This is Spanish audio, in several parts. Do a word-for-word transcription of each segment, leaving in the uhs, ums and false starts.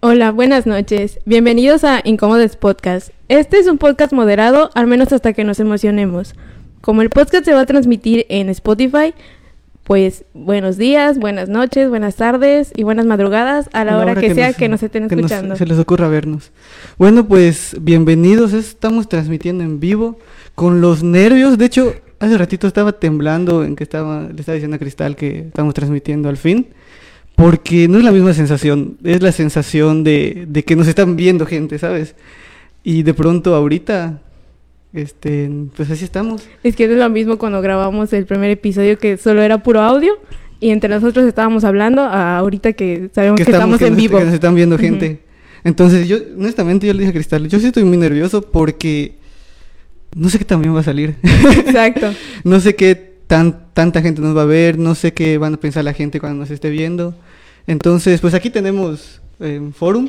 Hola, buenas noches. Bienvenidos a Incómodos Podcast. Este es un podcast moderado, al menos hasta que nos emocionemos. Como el podcast se va a transmitir en Spotify, pues buenos días, buenas noches, buenas tardes y buenas madrugadas a la, a la hora, hora que, que sea nos, que nos estén que escuchando. Nos, se les ocurra vernos. Bueno, pues bienvenidos. Estamos transmitiendo en vivo con los nervios. De hecho, hace ratito estaba temblando en que estaba, le estaba diciendo a Cristal que estamos transmitiendo al fin. Porque no es la misma sensación, es la sensación de, de que nos están viendo gente, ¿sabes? Y de pronto ahorita, este, pues así estamos. Es que es lo mismo cuando grabamos el primer episodio que solo era puro audio y entre nosotros estábamos hablando, a ahorita que sabemos que, que estamos, estamos que en nos, vivo. Que nos están viendo gente. Uh-huh. Entonces yo, honestamente, yo le dije a Cristal, yo sí estoy muy nervioso porque no sé qué también va a salir. Exacto. No sé qué tan, tanta gente nos va a ver, no sé qué van a pensar la gente cuando nos esté viendo. Entonces, pues aquí tenemos eh, un forum.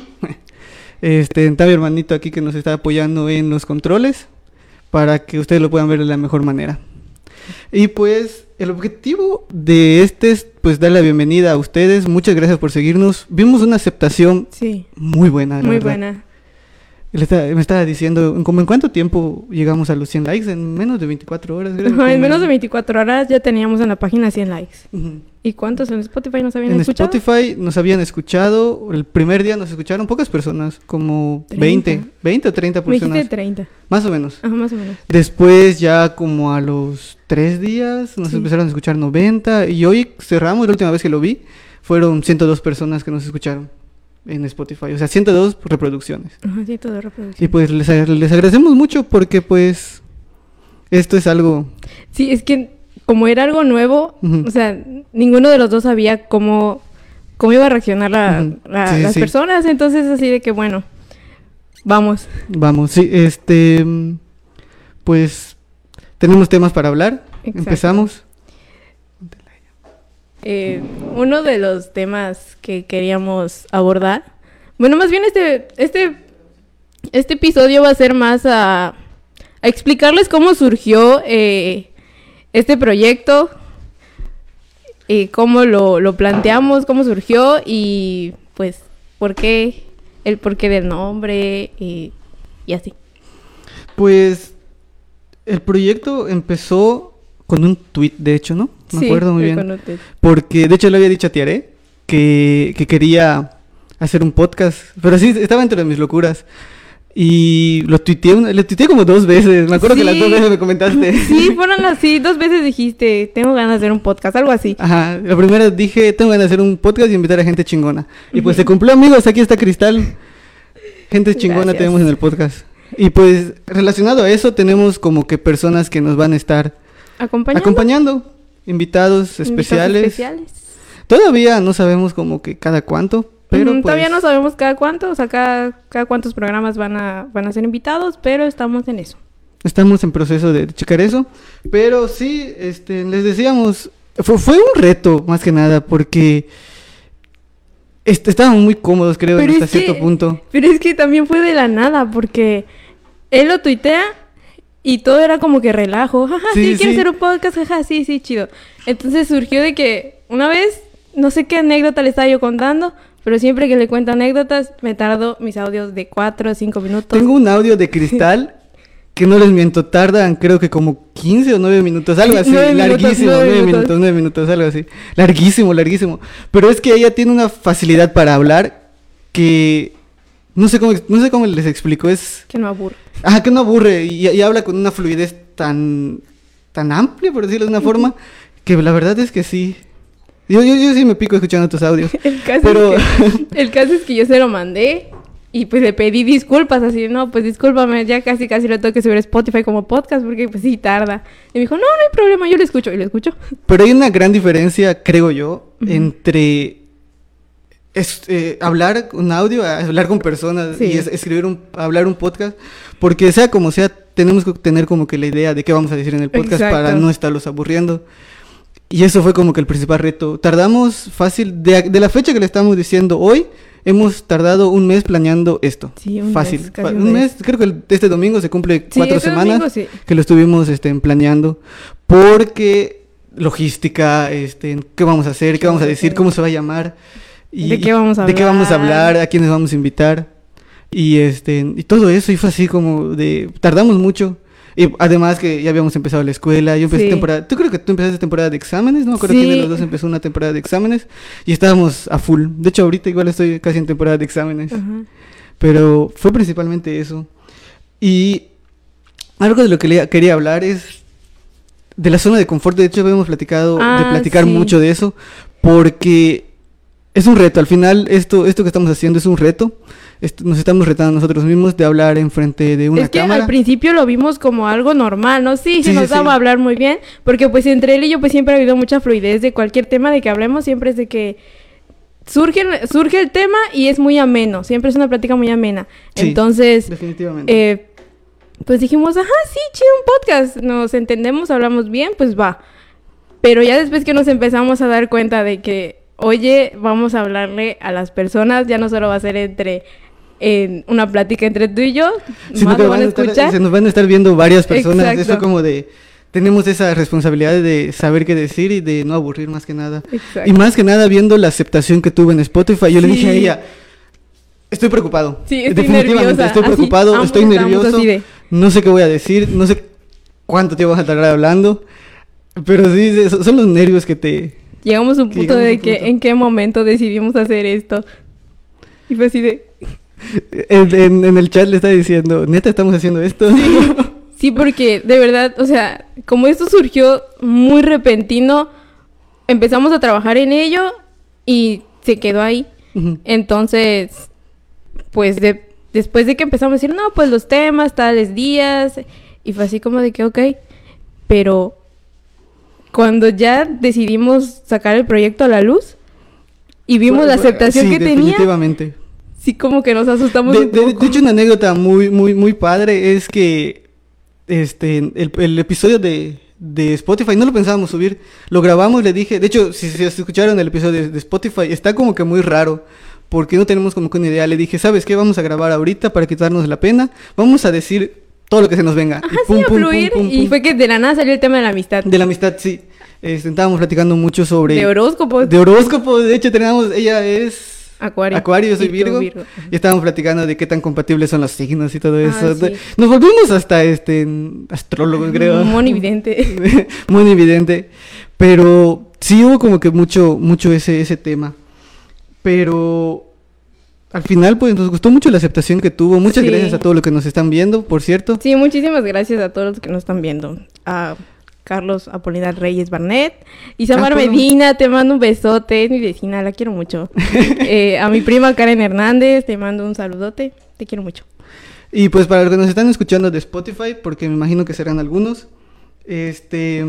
Este, está mi hermanito aquí que nos está apoyando en los controles para que ustedes lo puedan ver de la mejor manera. Y pues el objetivo de este es pues dar la bienvenida a ustedes. Muchas gracias por seguirnos. Vimos una aceptación sí. muy buena. La muy verdad. buena. Él está, me estaba diciendo, ¿como en cuánto tiempo llegamos a los cien likes? En menos de veinticuatro horas. Creo, no, en menos de veinticuatro horas ya teníamos en la página cien likes. Uh-huh. ¿Y cuántos en Spotify nos habían en escuchado? En Spotify nos habían escuchado, el primer día nos escucharon pocas personas, como treinta. veinte, veinte o treinta personas. Me dijiste treinta. Más o menos. Ajá, más o menos. Después ya como a los tres días nos sí. empezaron a escuchar noventa y hoy cerramos, la última vez que lo vi, fueron ciento dos personas que nos escucharon en Spotify, o sea, ciento dos reproducciones. Ajá, ciento dos reproducciones. Y pues les, les agradecemos mucho porque pues esto es algo... Sí, es que como era algo nuevo, uh-huh. o sea, ninguno de los dos sabía cómo, cómo iba a reaccionar la, uh-huh. la, sí, las sí. personas, entonces así de que bueno, vamos. Vamos, sí, este, pues tenemos temas para hablar, exacto. Empezamos. Eh, uno de los temas que queríamos abordar, bueno, más bien este, este, este episodio va a ser más a, a explicarles cómo surgió eh, este proyecto, eh, cómo lo, lo planteamos, cómo surgió y pues por qué, el porqué del nombre y, y así. Pues el proyecto empezó con un tweet, de hecho, ¿no? Me sí, acuerdo muy bien. Porque, de hecho, le había dicho a Tiare que, que quería hacer un podcast. Pero sí, estaba entre mis locuras. Y lo tuiteé, le tuiteé como dos veces. Me acuerdo sí. que las dos veces me comentaste. Sí, fueron así. Dos veces dijiste, tengo ganas de hacer un podcast, algo así. Ajá. La primera dije, tengo ganas de hacer un podcast y invitar a gente chingona. Y pues se cumplió, amigos. Aquí está Cristal. Gente chingona Gracias. Tenemos en el podcast. Y pues, relacionado a eso, tenemos como que personas que nos van a estar... ¿Acompañando? Acompañando, invitados especiales. invitados especiales. Todavía no sabemos como que cada cuánto, pero mm, pues... Todavía no sabemos cada cuánto, o sea, cada, cada cuántos programas van a, van a ser invitados, pero estamos en eso. Estamos en proceso de checar eso, pero sí, este, les decíamos, fue, fue un reto más que nada, porque est- estábamos muy cómodos, creo, hasta cierto que, punto. Pero es que también fue de la nada, porque él lo tuitea... Y todo era como que relajo, jaja, sí, sí, ¿quieres sí. hacer un podcast? Jaja, sí, sí, chido. Entonces surgió de que una vez, no sé qué anécdota le estaba yo contando, pero siempre que le cuento anécdotas, me tardo mis audios de cuatro a cinco minutos. Tengo un audio de Cristal, que no les miento, tardan creo que como quince o nueve minutos, algo así, nueve larguísimo, minutos, nueve minutos, nueve minutos, algo así. Larguísimo, larguísimo. Pero es que ella tiene una facilidad para hablar que... No sé cómo, no sé cómo les explico, es... Que no aburre. Ajá, que no aburre, y, y habla con una fluidez tan, tan amplia, por decirlo de una forma, que la verdad es que sí. Yo, yo, yo sí me pico escuchando tus audios. El caso, pero... es que, el caso es que yo se lo mandé, y pues le pedí disculpas, así, no, pues discúlpame, ya casi casi lo tengo que subir a Spotify como podcast, porque pues sí tarda. Y me dijo, no, no hay problema, yo lo escucho, y lo escucho. Pero hay una gran diferencia, creo yo, uh-huh. entre... Es, eh, hablar un audio, hablar con personas sí. y es, escribir un, hablar un podcast, porque sea como sea, tenemos que tener como que la idea de qué vamos a decir en el podcast. Exacto. Para no estarlos aburriendo. Y eso fue como que el principal reto. Tardamos fácil, de, de la fecha que le estamos diciendo hoy, hemos tardado un mes planeando esto. Sí, un fácil. mes. Casi un, un mes. mes. Creo que el, este domingo se cumple sí, cuatro este semanas domingo, sí. que lo estuvimos este, planeando, porque logística, este, qué vamos a hacer, qué vamos a decir, cómo se va a llamar. Y, ¿De qué vamos a de hablar? qué vamos a hablar, a quiénes vamos a invitar. Y este y todo eso, y fue así como de... Tardamos mucho. Y además que ya habíamos empezado la escuela, yo empecé Sí. temporada... ¿Tú creo que tú empezaste temporada de exámenes? No me acuerdo Sí. quién de los dos empezó una temporada de exámenes. Y estábamos a full. De hecho, ahorita igual estoy casi en temporada de exámenes. Ajá. Pero fue principalmente eso. Y algo de lo que le quería hablar es de la zona de confort. De hecho, habíamos platicado Ah, de platicar sí. mucho de eso, porque es un reto. Al final, esto, esto que estamos haciendo es un reto. Esto- nos estamos retando nosotros mismos de hablar enfrente de una Es que cámara. al principio lo vimos como algo normal, ¿no? Sí, se Sí, nos sí, daba sí. hablar muy bien, porque pues entre él y yo pues siempre ha habido mucha fluidez de cualquier tema de que hablemos, siempre es de que surge, surge el tema y es muy ameno, siempre es una plática muy amena. Sí, Entonces, Definitivamente. eh, pues dijimos, ajá, sí, chido, un podcast, nos entendemos, hablamos bien, pues va. Pero ya después que nos empezamos a dar cuenta de que, oye, vamos a hablarle a las personas, ya no solo va a ser entre... en una plática entre tú y yo, Sino más que lo van a estar- escuchar. se nos van a estar viendo varias personas. Exacto. Eso como de... Tenemos esa responsabilidad de saber qué decir y de no aburrir más que nada. Exacto. Y más que nada viendo la aceptación que tuve en Spotify, yo le Sí. dije a ella, estoy preocupado. Sí, estoy Definitivamente nerviosa. estoy Así, preocupado, ambos estoy estábamos nervioso. así de- No sé qué voy a decir, no sé cuánto tiempo vas a tardar hablando. Pero sí, sí, son son los nervios que te... Llegamos a un que punto llegamos a de un que punto. en qué momento decidimos hacer esto. Y fue así de... En, en- en el chat le está diciendo, neta, estamos haciendo esto. Sí, porque de verdad, o sea, como esto surgió muy repentino, empezamos a trabajar en ello y se quedó ahí. Ujú. Entonces, pues de, después de que empezamos a decir, no, pues los temas, tales días, y fue así como de que, ok, pero cuando ya decidimos sacar el proyecto a la luz y vimos la aceptación Sí, que tenía, definitivamente. sí como que nos asustamos De, un de- poco. de hecho, una anécdota muy, muy, muy padre es que este el, el episodio de, de Spotify no lo pensábamos subir, lo grabamos, le dije, de hecho, si, si escucharon el episodio de, de Spotify, está como que muy raro, porque no tenemos como que una idea. Le dije, ¿sabes qué? Vamos a grabar ahorita para quitarnos la pena, vamos a decir todo lo que se nos venga. Ajá, Y pum, sí, a pum, fluir. pum, pum, Y pum. fue que de la nada salió el tema de la amistad. De la amistad, sí. Este, estábamos platicando mucho sobre... De horóscopos. De horóscopo, de hecho, teníamos, ella es... Acuario. Acuario, yo soy Y tú, Virgo, Virgo. y estábamos platicando de qué tan compatibles son los signos y todo Ah, eso. sí. Nos volvimos hasta este astrólogos, creo. Monividente. Muy evidente. Pero sí hubo como que mucho, mucho ese, ese tema. Pero al final, pues nos gustó mucho la aceptación que tuvo. Muchas Sí. gracias a todos los que nos están viendo, por cierto. Sí, muchísimas gracias a todos los que nos están viendo. A Carlos Apolinar Reyes Barnett. Isamar Ah, ¿cómo? Medina, te mando un besote. Es mi vecina, la quiero mucho. Eh, a mi prima Karen Hernández, te mando un saludote. Te quiero mucho. Y pues para los que nos están escuchando de Spotify, porque me imagino que serán algunos, este,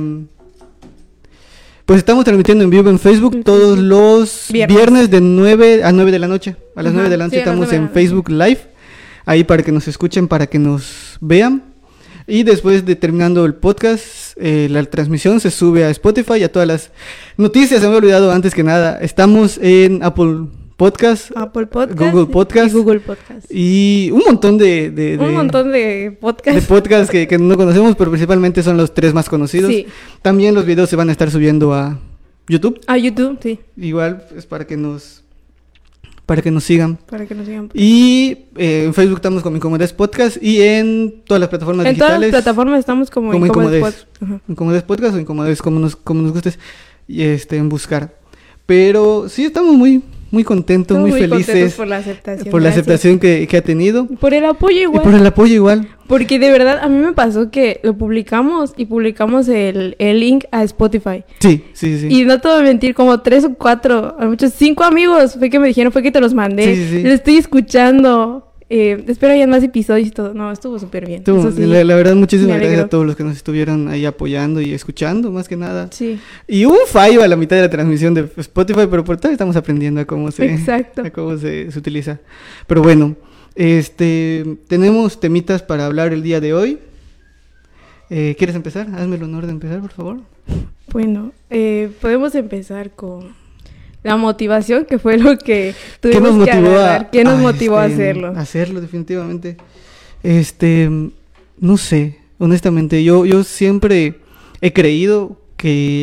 pues estamos transmitiendo en vivo en Facebook Sí, todos sí. los viernes. Viernes. de nueve a nueve de la noche. A las Ajá, nueve de la noche sí, a las estamos nueve de en la noche. Facebook Live, ahí para que nos escuchen, para que nos vean. Y después de terminando el podcast, eh, la transmisión se sube a Spotify y a todas las noticias. Se me había olvidado antes que nada. Estamos en Apple Podcast, Apple Podcast. Google Podcast. y Google Podcast. y un montón de, de- de- Un montón de de podcasts. podcasts que, que no conocemos, pero principalmente son los tres más conocidos. Sí. También los videos se van a estar subiendo a YouTube. A YouTube, sí. Igual es para que nos para que nos sigan. Para que nos sigan. Y eh, en Facebook estamos como Incomodés Podcast y en todas las plataformas En todas digitales. las plataformas estamos como, como Incómodes Incomodés. Pod- Ajá. Incomodés Podcast o Incomodés, como nos, como nos gustes y este, en buscar. Pero sí estamos muy, muy contentos, Estamos muy, contentos felices por la aceptación. por la gracias. aceptación que, que ha tenido. Por el apoyo igual. Y por el apoyo igual. Porque de verdad a mí me pasó que lo publicamos y publicamos el, el link a Spotify. Sí, sí, sí. Y no te voy a mentir, como tres o cuatro, a muchos, cinco amigos fue que me dijeron, fue que te los mandé. Sí, sí, sí. Lo estoy escuchando. Eh, espero hayan más episodios y todo. No, estuvo súper bien. Tú, Eso sí. la, la verdad, muchísimas me gracias alegro. a todos los que nos estuvieron ahí apoyando y escuchando, más que nada. Sí, Y hubo un fallo a la mitad de la transmisión de Spotify, pero por todo estamos aprendiendo a cómo se, exacto. a cómo se, se utiliza. Pero bueno, este, tenemos temitas para hablar el día de hoy. Eh, ¿Quieres empezar? Hazme el honor de empezar, por favor. Bueno, eh, podemos empezar con la motivación, que fue lo que ¿Qué tuvimos nos que motivó agarrar. a, ¿Qué nos a, motivó a este, hacerlo? a hacerlo, definitivamente. Este, no sé, honestamente, yo, yo siempre he creído que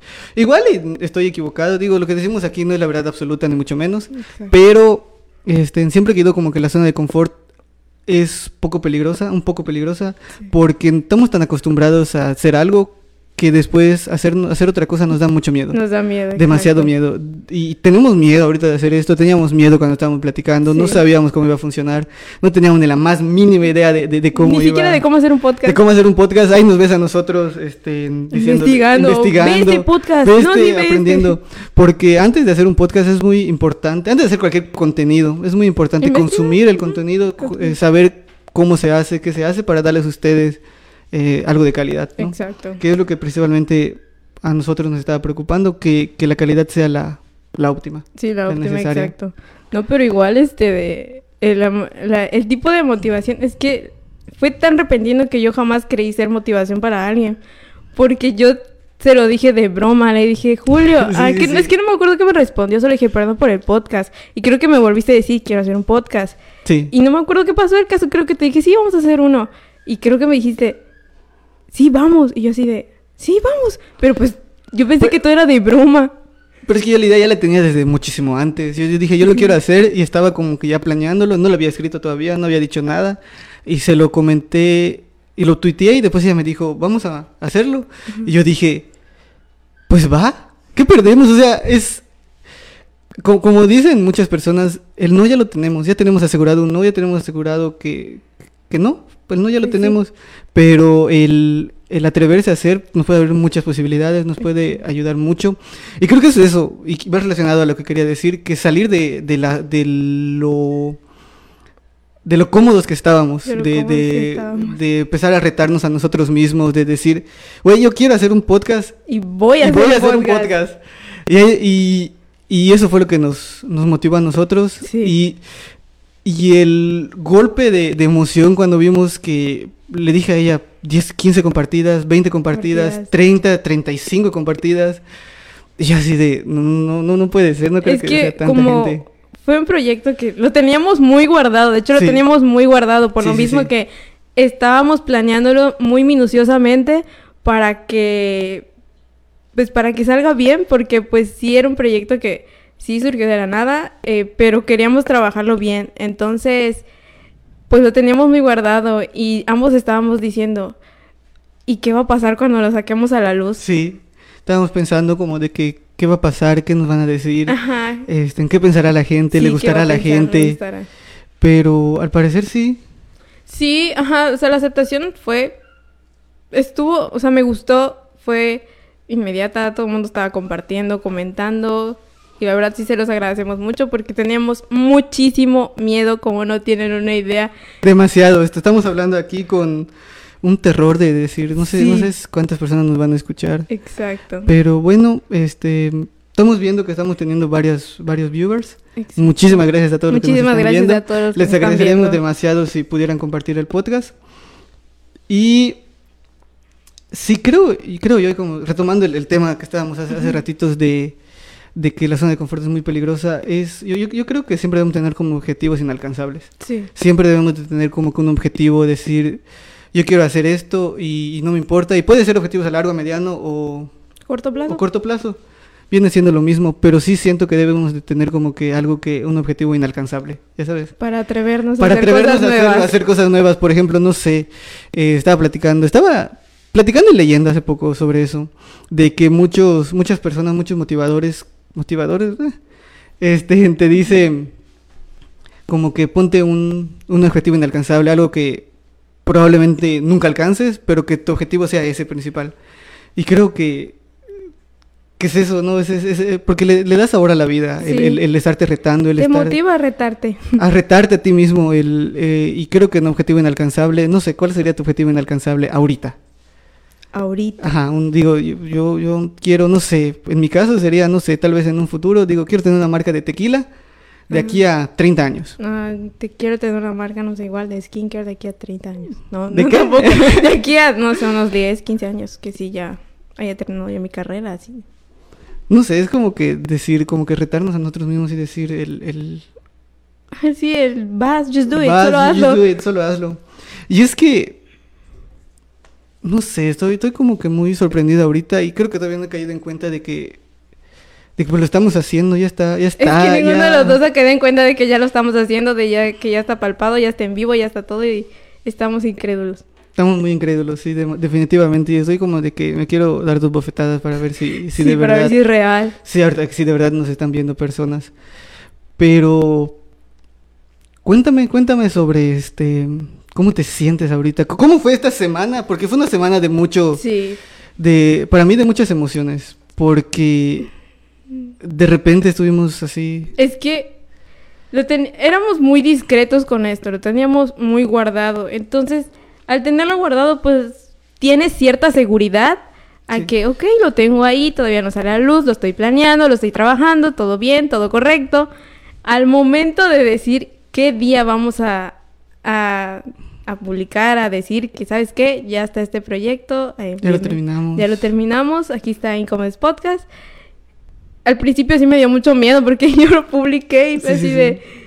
Igual y estoy equivocado, digo, lo que decimos aquí no es la verdad absoluta ni mucho menos, Exacto. pero este, siempre quedó como que la zona de confort es poco peligrosa, un poco peligrosa, sí. Porque estamos tan acostumbrados a hacer algo que después hacer, hacer otra cosa nos da mucho miedo. Nos da miedo. Demasiado exacto. miedo. Y tenemos miedo ahorita de hacer esto. Teníamos miedo cuando estábamos platicando. Sí. No sabíamos cómo iba a funcionar. No teníamos ni la más mínima idea de, de, de cómo ni iba. Ni siquiera de cómo hacer un podcast. De cómo hacer un podcast. Ahí nos ves a nosotros este, diciendo, investigando. investigando. Ve este podcast. Ve no, este, sí, ve aprendiendo. Este. Porque antes de hacer un podcast es muy importante. Antes de hacer cualquier contenido, es muy importante ¿Investigar? consumir el contenido. Eh, saber cómo se hace, qué se hace para darles a ustedes eh, algo de calidad, ¿no? Exacto. Que es lo que principalmente a nosotros nos estaba preocupando, que, que la calidad sea la, la óptima. Sí, la, la óptima, necesaria. Exacto. No, pero igual este de el, la, el tipo de motivación es que fue tan repentino que yo jamás creí ser motivación para alguien, porque yo se lo dije de broma, le dije, Julio, sí, ay, que, sí. es que no me acuerdo qué me respondió, solo le dije, perdón por el podcast, y creo que me volviste a decir, quiero hacer un podcast. Sí. Y no me acuerdo qué pasó el caso, creo que te dije, sí, vamos a hacer uno, y creo que me dijiste, sí, vamos, y yo así de, sí, vamos, pero pues yo pensé pues, que todo era de broma. Pero es que yo la idea ya la tenía desde muchísimo antes, yo, yo dije, yo lo quiero hacer, y estaba como que ya planeándolo, no lo había escrito todavía, no había dicho nada, y se lo comenté, y lo tuiteé, y después ella me dijo, vamos a hacerlo, uh-huh. Y yo dije, pues va, ¿qué perdemos? O sea, es... Como, como dicen muchas personas, el no ya lo tenemos, ya tenemos asegurado un no, ya tenemos asegurado que, que no, pues no ya lo sí, tenemos, sí. Pero el, el atreverse a hacer nos puede abrir muchas posibilidades, nos puede ayudar mucho, y creo que es eso, y va relacionado a lo que quería decir, que salir de, de, la, de lo... de lo cómodos que estábamos, de, de, de, estábamos. de empezar a retarnos a nosotros mismos, de decir, güey, yo quiero hacer un podcast, y voy a, y hacer, voy un a hacer podcast. un podcast, y... y Y eso fue lo que nos, nos motivó a nosotros. Sí. Y, y el golpe de, de emoción cuando vimos que le dije a ella diez, quince compartidas, veinte compartidas, compartidas. treinta, treinta y cinco compartidas. Y así de, no, no, no puede ser, no creo es que, que sea tanta como gente. Fue un proyecto que lo teníamos muy guardado. De hecho, lo sí. teníamos muy guardado por sí, lo mismo sí, sí. que estábamos planeándolo muy minuciosamente para que... pues para que salga bien, porque pues sí era un proyecto que sí surgió de la nada, eh, pero queríamos trabajarlo bien, entonces pues lo teníamos muy guardado y ambos estábamos diciendo, ¿y qué va a pasar cuando lo saquemos a la luz? Sí, estábamos pensando como de que qué va a pasar, qué nos van a decir, Ajá. este, en qué pensará la gente, sí, le gustará a la pensar, gente, pero al parecer sí. Sí, ajá, o sea, la aceptación fue, estuvo, o sea, me gustó, fue... inmediata, todo el mundo estaba compartiendo, comentando, y la verdad sí se los agradecemos mucho porque teníamos muchísimo miedo, como no tienen una idea. Demasiado, esto estamos hablando aquí con un terror de decir, no sé, sí. no sé cuántas personas nos van a escuchar. Exacto. Pero bueno, este, estamos viendo que estamos teniendo varias, varios viewers. Exacto. Muchísimas gracias a todos los que nos están gracias viendo. A todos los que Les agradeceríamos demasiado si pudieran compartir el podcast. Y sí, creo, y creo yo, como retomando el, el tema que estábamos hace, hace ratitos de, de que la zona de confort es muy peligrosa, es yo, yo, yo creo que siempre debemos tener como objetivos inalcanzables. Sí. Siempre debemos de tener como que un objetivo, decir, yo quiero hacer esto y, y no me importa, y puede ser objetivos a largo, a mediano o corto plazo. O corto plazo. Viene siendo lo mismo, pero sí siento que debemos de tener como que algo que, un objetivo inalcanzable, ya sabes. Para atrevernos Para a hacer atrevernos cosas a, hacer, nuevas. a hacer cosas nuevas. Por ejemplo, no sé, eh, estaba platicando, estaba... platicando y leyendo hace poco sobre eso, de que muchos, muchas personas, muchos motivadores, motivadores, eh, este, te dicen como que ponte un, un objetivo inalcanzable, algo que probablemente nunca alcances, pero que tu objetivo sea ese principal. Y creo que, que es eso, ¿no? Es, es, es, porque le, le das sabor a la vida, sí. el, el, el estarte retando, el te estar... Te motiva a retarte. A retarte a ti mismo, el, eh, y creo que un objetivo inalcanzable, no sé, ¿cuál sería tu objetivo inalcanzable ahorita? Ahorita. Ajá, un, digo, yo, yo, yo quiero, no sé, en mi caso sería, no sé, tal vez en un futuro, digo, quiero tener una marca de tequila de uh-huh. aquí a treinta años. Uh, te quiero tener una marca, no sé, igual de skincare de aquí a treinta años. No, ¿De no, qué? Tampoco. De aquí a, no sé, unos diez, quince años, que sí ya haya terminado ya mi carrera, así. No sé, es como que decir, como que retarnos a nosotros mismos y decir el... el... Sí, el vas, just do it, vas, solo just hazlo. do it, solo hazlo. Y es que... no sé, estoy, estoy como que muy sorprendido ahorita y creo que todavía no he caído en cuenta de que, de que pues lo estamos haciendo, ya está, ya está. Es que ninguno ya... de los dos se quedó en cuenta de que ya lo estamos haciendo, de ya que ya está palpado, ya está en vivo, ya está todo y estamos incrédulos. Estamos muy incrédulos, sí, de, definitivamente. Y estoy como de que me quiero dar dos bofetadas para ver si, si sí, de verdad... para ver si es real. Sí, ahorita que sí de verdad nos están viendo personas. Pero... Cuéntame, cuéntame sobre este... ¿Cómo te sientes ahorita? ¿Cómo fue esta semana? Porque fue una semana de mucho... Sí. De, para mí de muchas emociones. Porque... De repente estuvimos así... Es que... Lo ten... Éramos muy discretos con esto. Lo teníamos muy guardado. Entonces... Al tenerlo guardado, pues, tienes cierta seguridad a sí. que, ok, lo tengo ahí, todavía no sale a la luz, lo estoy planeando, lo estoy trabajando, todo bien, todo correcto. Al momento de decir qué día vamos a, a, a publicar, a decir que, ¿sabes qué? Ya está este proyecto. Eh, ya lo terminamos. Ya lo terminamos, aquí está Incómodos Podcast. Al principio sí me dio mucho miedo porque yo lo publiqué y fue sí, así sí, de... Sí.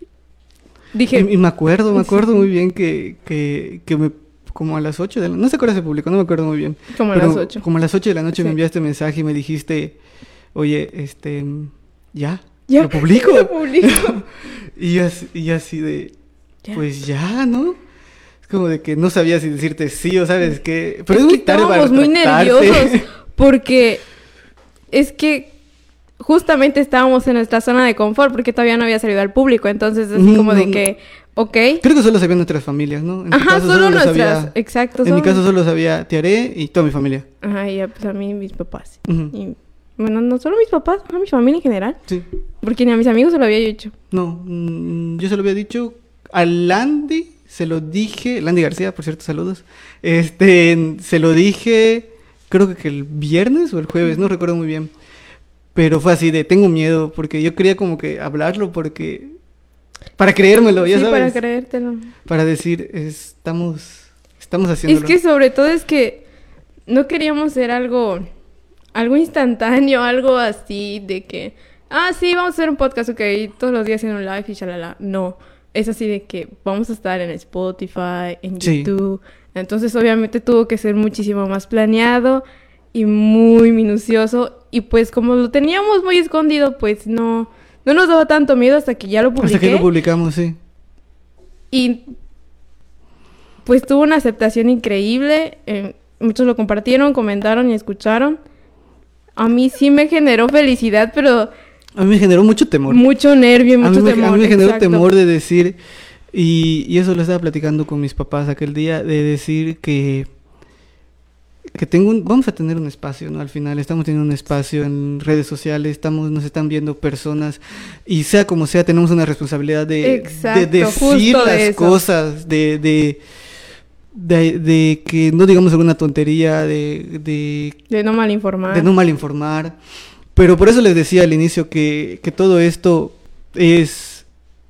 Dije... Y, y me acuerdo, me acuerdo muy bien que, que, que me, como a las ocho de la noche, no sé cuándo se publicó, no me acuerdo muy bien. Como a las ocho. Como a las ocho de la noche sí. me enviaste mensaje y me dijiste, oye, este, ¿ya? ¿Ya? ¿Lo publico? ¿Lo publico? y, yo así, y yo así de, ¿Ya? pues ya, ¿no? Es como de que no sabía si decirte sí o sabes qué. Pero es, es muy que tarde para estábamos muy nerviosos porque es que... Justamente estábamos en nuestra zona de confort porque todavía no había salido al público, entonces así como de que, ok. Creo que solo sabían nuestras familias, ¿no? En Ajá, caso, solo, solo nuestras, sabía, exacto. En solo... mi caso solo sabía Tiaré y toda mi familia. Ajá, y pues a mí mis papás. Uh-huh. Y, bueno, no solo mis papás, a mi familia en general. Sí. Porque ni a mis amigos se lo había dicho. No, mmm, yo se lo había dicho a Landy, se lo dije, Landy García, por cierto, saludos. Este, se lo dije, creo que el viernes o el jueves, no recuerdo muy bien. Pero fue así de, tengo miedo, porque yo quería como que hablarlo, porque... Para creérmelo, ya sí, sabes. para creértelo. Para decir, estamos, estamos haciéndolo. Es que sobre todo es que no queríamos ser algo, algo instantáneo, algo así de que... Ah, sí, vamos a hacer un podcast, ok, todos los días en un live y shalala. No, es así de que vamos a estar en Spotify, en YouTube. Sí. Entonces, obviamente, tuvo que ser muchísimo más planeado y muy minucioso. Y pues como lo teníamos muy escondido, pues no, no nos daba tanto miedo hasta que ya lo publiqué. Hasta que lo publicamos, sí. Y pues tuvo una aceptación increíble. Eh, muchos lo compartieron, comentaron y escucharon. A mí sí me generó felicidad, pero... A mí me generó mucho temor. Mucho nervio y mucho a mí me, temor. A mí me generó exacto. temor de decir... Y, y eso lo estaba platicando con mis papás aquel día, de decir que... que tengo un, vamos a tener un espacio, ¿no? Al final estamos teniendo un espacio en redes sociales, estamos, nos están viendo personas y sea como sea tenemos una responsabilidad de, Exacto, de decir las de cosas, de, de, de, de que no digamos alguna tontería, de, de, de no malinformar. De no malinformar. Pero por eso les decía al inicio que, que todo esto es,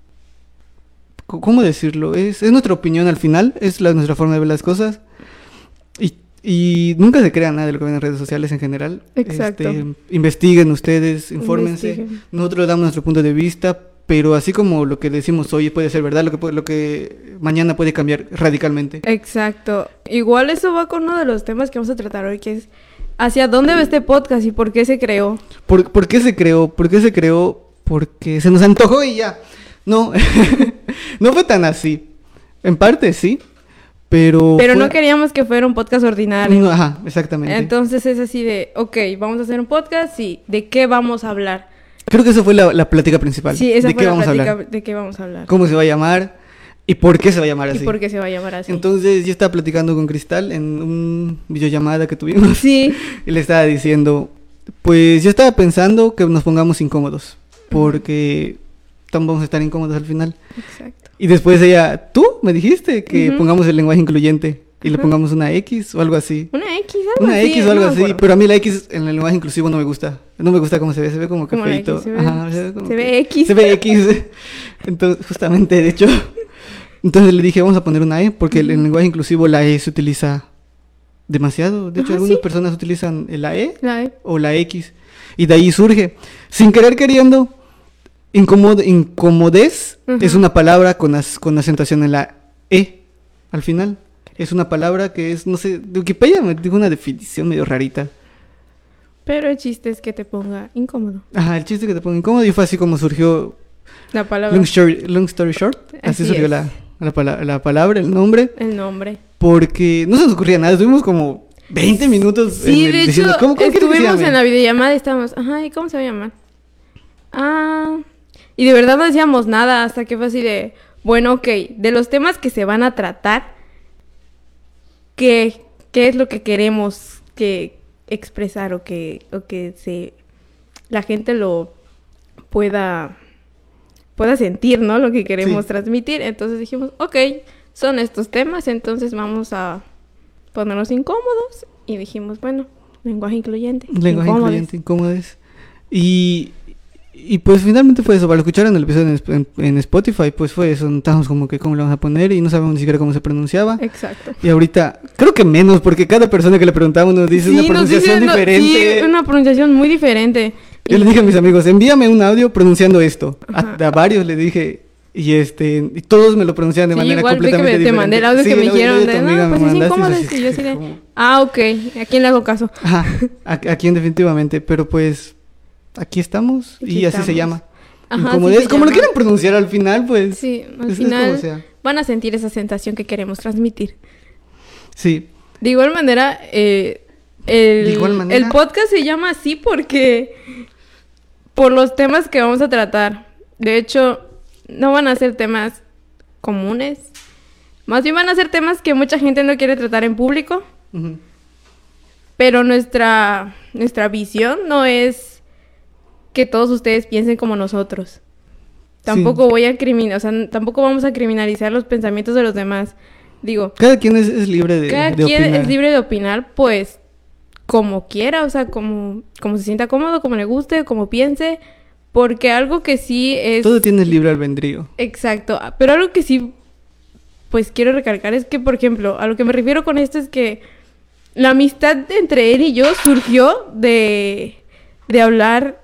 ¿cómo decirlo? Es, es nuestra opinión al final, es la, nuestra forma de ver las cosas. Y Y nunca se crean nada de lo que ven en redes sociales en general. Exacto. Este, investiguen ustedes, infórmense. Investiguen. Nosotros damos nuestro punto de vista, pero así como lo que decimos hoy puede ser verdad, lo que, puede, lo que mañana puede cambiar radicalmente. Exacto. Igual eso va con uno de los temas que vamos a tratar hoy, que es ¿hacia dónde va este podcast y por qué se creó? ¿Por, por qué se creó? ¿Por qué se creó? Porque se nos antojó y ya. No, no fue tan así. En parte sí. Pero, Pero fue... no queríamos que fuera un podcast ordinario. No, ajá, exactamente. Entonces es así de, ok, vamos a hacer un podcast, sí. ¿De qué vamos a hablar? Creo que esa fue la, la plática principal. Sí, esa ¿De fue qué la vamos plática a hablar? de qué vamos a hablar. ¿Cómo se va a llamar? ¿Y por qué se va a llamar así? ¿Y por qué se va a llamar así? Entonces yo estaba platicando con Cristal en una videollamada que tuvimos. Sí. Y le estaba diciendo, pues yo estaba pensando que nos pongamos incómodos. Porque uh-huh. vamos a estar incómodos al final. Exacto. Y después ella, tú me dijiste que uh-huh. pongamos el lenguaje incluyente. Y uh-huh. le pongamos una X o algo así. Una X, algo Una así. X o algo no así. Pero a mí la X en el lenguaje inclusivo no me gusta. No me gusta cómo se ve. Se ve como que feito. Se ve, Ajá, se ve, como se ve X. Se ve X. Entonces, justamente, de hecho. Entonces le dije, vamos a poner una E. Porque uh-huh. en el lenguaje inclusivo la E se utiliza demasiado. De hecho, uh-huh, algunas ¿sí? personas utilizan la E, la E o la X. Y de ahí surge. Sin querer queriendo, incomod- incomodez uh-huh. es una palabra con, as- con acentuación en la E al final. Es una palabra que es, no sé, de Wikipedia me dijo una definición medio rarita. Pero el chiste es que te ponga incómodo. Ajá, el chiste es que te ponga incómodo y fue así como surgió... La palabra. Long story, long story short, así, así surgió la, la, pala- la palabra, el nombre. El nombre. Porque no se nos ocurría nada, estuvimos como veinte minutos sí, en el, de hecho, diciendo, ¿cómo, cómo estuvimos en la videollamada y estábamos, ajá, ¿y cómo se va a llamar? Ah, y de verdad no decíamos nada hasta que fue así de, bueno, ok, de los temas que se van a tratar, ¿qué, qué es lo que queremos que expresar o que, o que se, la gente lo pueda, pueda sentir, ¿no? Lo que queremos sí. transmitir. Entonces dijimos, ok, son estos temas, entonces vamos a ponernos incómodos. Y dijimos, bueno, lenguaje incluyente. Lenguaje incómodes. incluyente, incómodes. Y... Y pues finalmente fue eso, para escuchar en el episodio en, en, en Spotify, pues fue eso, estábamos como que cómo lo vamos a poner y no sabemos ni siquiera cómo se pronunciaba. Exacto. Y ahorita, creo que menos, porque cada persona que le preguntamos nos dice sí, una pronunciación dice, diferente. Sí, una pronunciación muy diferente. Yo y... le dije a mis amigos, envíame un audio pronunciando esto. A, a varios le dije, y este, y todos me lo pronunciaban de sí, manera igual completamente que me, diferente. te mandé el audio sí, que me dijeron, de, no, pues es incómodo. Y yo así de, como... ah, ok, ¿a quién le hago caso? Ajá, a, a quién definitivamente, pero pues, aquí estamos aquí y estamos. Así se llama. Ajá, como, sí es, como lo quieren pronunciar al final, pues. Sí, al final sea. van a sentir esa sensación que queremos transmitir. Sí. De igual manera, eh, el, de igual manera, el podcast se llama así porque... por los temas que vamos a tratar. De hecho, no van a ser temas comunes. Más bien van a ser temas que mucha gente no quiere tratar en público. Uh-huh. Pero nuestra, nuestra visión no es... que todos ustedes piensen como nosotros. Tampoco sí. voy a criminalizar, o sea, tampoco vamos a criminalizar los pensamientos de los demás. Digo, cada quien es, es libre de, cada de quien opinar. es libre de opinar, pues, como quiera, o sea, como, como se sienta cómodo, como le guste, como piense, porque algo que sí es... todo tiene libre albedrío. Exacto, pero algo que sí, pues, quiero recalcar es que, por ejemplo, a lo que me refiero con esto es que la amistad entre él y yo surgió de, de hablar...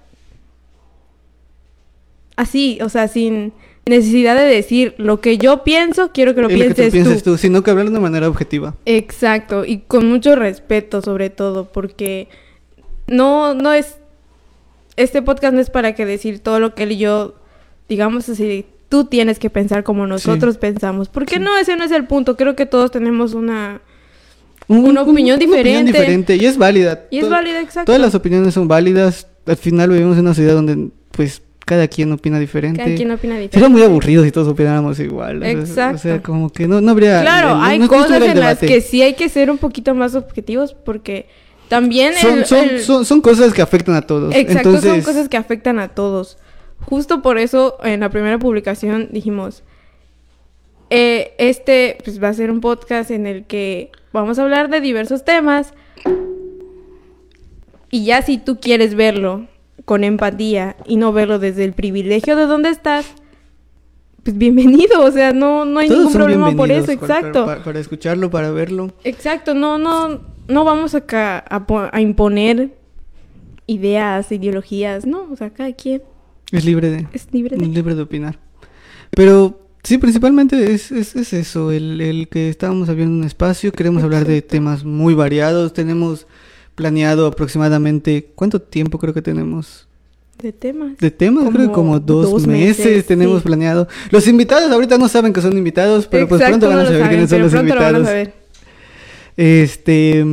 así, o sea, sin necesidad de decir lo que yo pienso, quiero que lo, pienses, que tú pienses tú. tú, sino que hablar de una manera objetiva. Exacto, y con mucho respeto sobre todo, porque no, no es, este podcast no es para que decir todo lo que él y yo, digamos así, tú tienes que pensar como nosotros sí. pensamos, porque sí. no, ese no es el punto, creo que todos tenemos una... Un, una opinión un, diferente. Una opinión diferente, y es válida. Y es Todo, válida, exacto. Todas las opiniones son válidas, al final vivimos en una sociedad donde, pues... cada quien opina diferente. Cada quien opina diferente. Sería muy aburrido si todos opináramos igual. Exacto. O sea, como que no, no habría... Claro, no, hay no cosas en las que sí hay que ser un poquito más objetivos porque también... Son, el, son, el... son, son cosas que afectan a todos. Exacto, Entonces... son cosas que afectan a todos. Justo por eso, en la primera publicación dijimos... Eh, este pues va a ser un podcast en el que vamos a hablar de diversos temas. Y ya si tú quieres verlo... con empatía y no verlo desde el privilegio de donde estás, pues bienvenido, o sea, no, no hay todos ningún problema por eso, exacto. Para, para, para escucharlo, para verlo. Exacto, no, no, no vamos acá a, a imponer ideas, ideologías, no, o sea, cada quien es libre de, es libre de, libre de opinar. Pero sí, principalmente es, es, es eso, el, el que estábamos abriendo un espacio, queremos exacto. hablar de temas muy variados, tenemos... planeado aproximadamente... ¿cuánto tiempo creo que tenemos? De temas. De temas, como creo que como dos, dos meses, meses tenemos sí. planeado. Los invitados ahorita no saben que son invitados, pero exacto, pues pronto van a saber quiénes son los invitados. Lo van a saber. Este...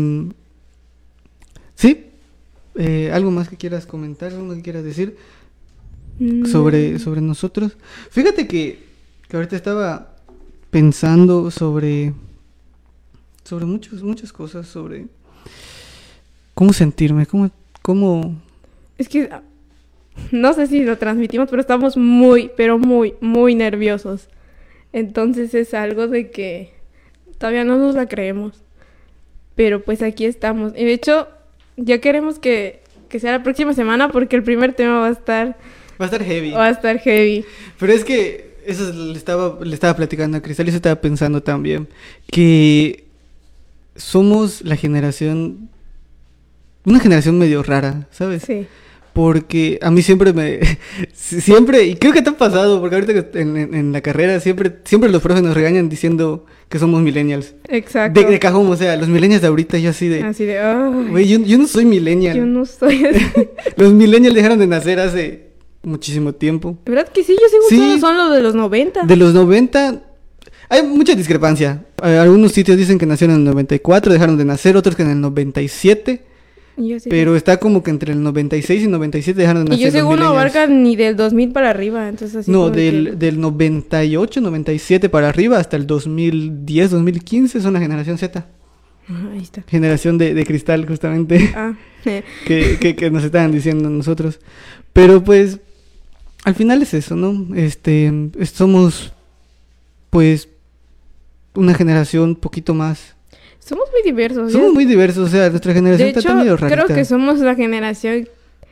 Sí. Eh, ¿Algo más que quieras comentar? ¿Algo más que quieras decir? Mm. Sobre, sobre nosotros. Fíjate que, que ahorita estaba pensando sobre... Sobre muchos, muchas cosas, sobre... ¿Cómo sentirme? ¿Cómo, cómo...? Es que no sé si lo transmitimos, pero estamos muy, pero muy, muy nerviosos. Entonces es algo de que todavía no nos la creemos. Pero pues aquí estamos. Y de hecho, ya queremos que, que sea la próxima semana porque el primer tema va a estar... Va a estar heavy. Va a estar heavy. Pero es que eso le estaba, le estaba platicando a Cristal y se estaba pensando también. Que somos la generación... una generación medio rara, ¿sabes? Sí. porque a mí siempre me... siempre, y creo que te ha pasado, porque ahorita que en, en, en la carrera siempre siempre los profes nos regañan diciendo que somos millennials. Exacto. De, de cajón, o sea, los millennials de ahorita yo así de... Así de, oh, güey, yo, yo no soy millennial. Yo no soy así. Los millennials dejaron de nacer hace muchísimo tiempo. ¿Verdad que sí? Yo sigo Sí. usando, son los de los noventa. De los noventa... Hay mucha discrepancia. Eh, Algunos sitios dicen que nacieron en el noventa y cuatro, dejaron de nacer, otros que en el noventa y siete. Y yo sí. Pero está como que entre el noventa y seis y noventa y siete dejaron de Y nacer yo los según no millennials. abarca ni del dos mil para arriba, entonces así No, como del, que- del noventa y ocho, noventa y siete para arriba hasta el dos mil diez, dos mil quince son la generación Z. Ah, ahí está. Generación de, de cristal, justamente, Ah, que, que, que nos estaban diciendo nosotros. Pero pues, al final es eso, ¿no? Este, es- somos, pues, una generación un poquito más... somos muy diversos. Somos ¿ya? muy diversos, o sea, nuestra generación De hecho, está medio rarita. creo que somos la generación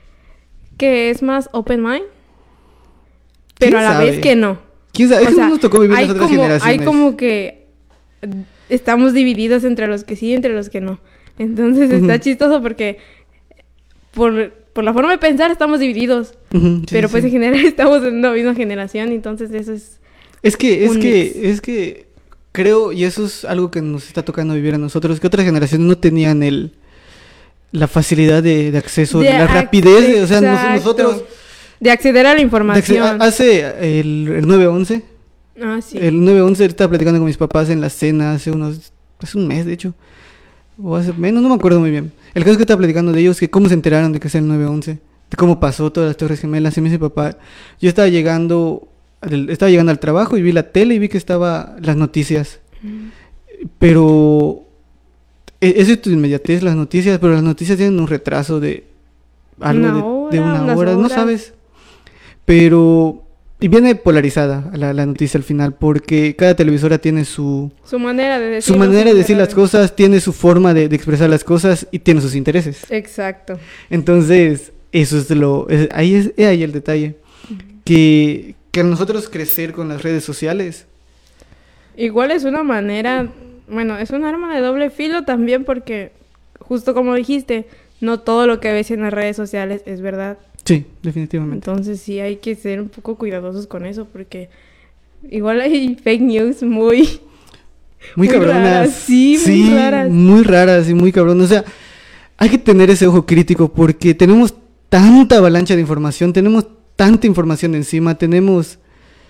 que es más open mind, pero ¿Quién a la sabe? vez que no. ¿Quién sabe? O Es que sea, no nos tocó vivir hay las otras como, generaciones. hay como que estamos divididos entre los que sí y entre los que no. Entonces está Ujú. chistoso porque por, por la forma de pensar estamos divididos, Ujú, sí, pero sí, pues sí. en general estamos en la misma generación, entonces eso es... Es que, es un que, mix. es que creo, y eso es algo que nos está tocando vivir a nosotros, que otras generaciones no tenían el la facilidad de, de acceso, de la ac- rapidez, de- o sea, nos- exacto. nosotros... De acceder a la de acce- información. hace el, el nueve once, Ah, sí. el nueve once estaba platicando con mis papás en la cena hace unos, hace un mes de hecho, o hace menos, no me acuerdo muy bien. El caso es que estaba platicando de ellos, que cómo se enteraron de que es el nueve once, de cómo pasó todas las Torres Gemelas, y me dice papá, yo estaba llegando, al- estaba llegando al trabajo y vi la tele y vi que estaba las noticias, pero e- eso es tu inmediatez, las noticias, pero las noticias tienen un retraso de algo Una de, hora, de una unas hora, no horas. sabes, pero... Y viene polarizada la, la noticia al final, porque cada televisora tiene su, Su manera de decir su manera de decir las cosas, tiene su forma de, de expresar las cosas y tiene sus intereses. Exacto. Entonces, eso es lo... es- ahí es es ahí el detalle. Que, que a nosotros crecer con las redes sociales... Igual es una manera, bueno, es un arma de doble filo también porque, justo como dijiste, no todo lo que ves en las redes sociales es verdad. Sí, definitivamente. Entonces sí hay que ser un poco cuidadosos con eso porque igual hay fake news muy... Muy, muy cabronas. raras, sí, muy raras. muy raras y muy cabronas. O sea, hay que tener ese ojo crítico porque tenemos tanta avalancha de información, tenemos tanta información encima, tenemos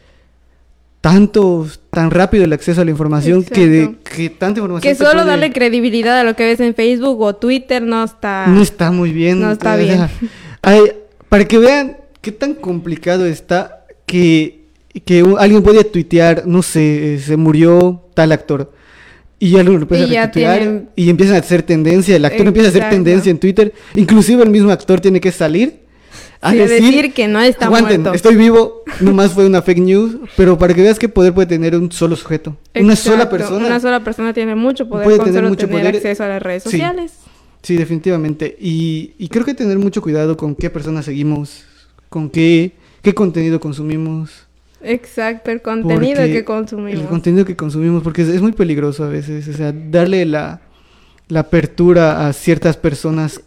tanto, tan rápido el acceso a la información que, de, Exacto. que tanta información Que te solo puede- darle credibilidad a lo que ves en Facebook o Twitter no está... no está muy bien. No está O sea, bien. hay- para que vean qué tan complicado está que, que un- alguien puede tuitear, no sé, eh, se murió tal actor. Y alguien lo empieza Y ya a retuitear tienen- y empiezan a hacer tendencia. El actor empieza a hacer Exacto. tendencia en Twitter. Inclusive el mismo actor tiene que salir a Sí, a decir, decir que no está aguanten, muerto. estoy vivo. Nomás fue una fake news. Pero para que veas qué poder puede tener un solo sujeto. Una sola Exacto, persona. Una sola persona tiene mucho poder Puede con tener solo mucho tener poder. acceso a las redes Sí. sociales. Sí, definitivamente. Y, y creo que tener mucho cuidado con qué personas seguimos, con qué, qué contenido consumimos. Exacto, el contenido porque que consumimos. El contenido que consumimos, porque es, es muy peligroso a veces. O sea, darle la, la apertura a ciertas personas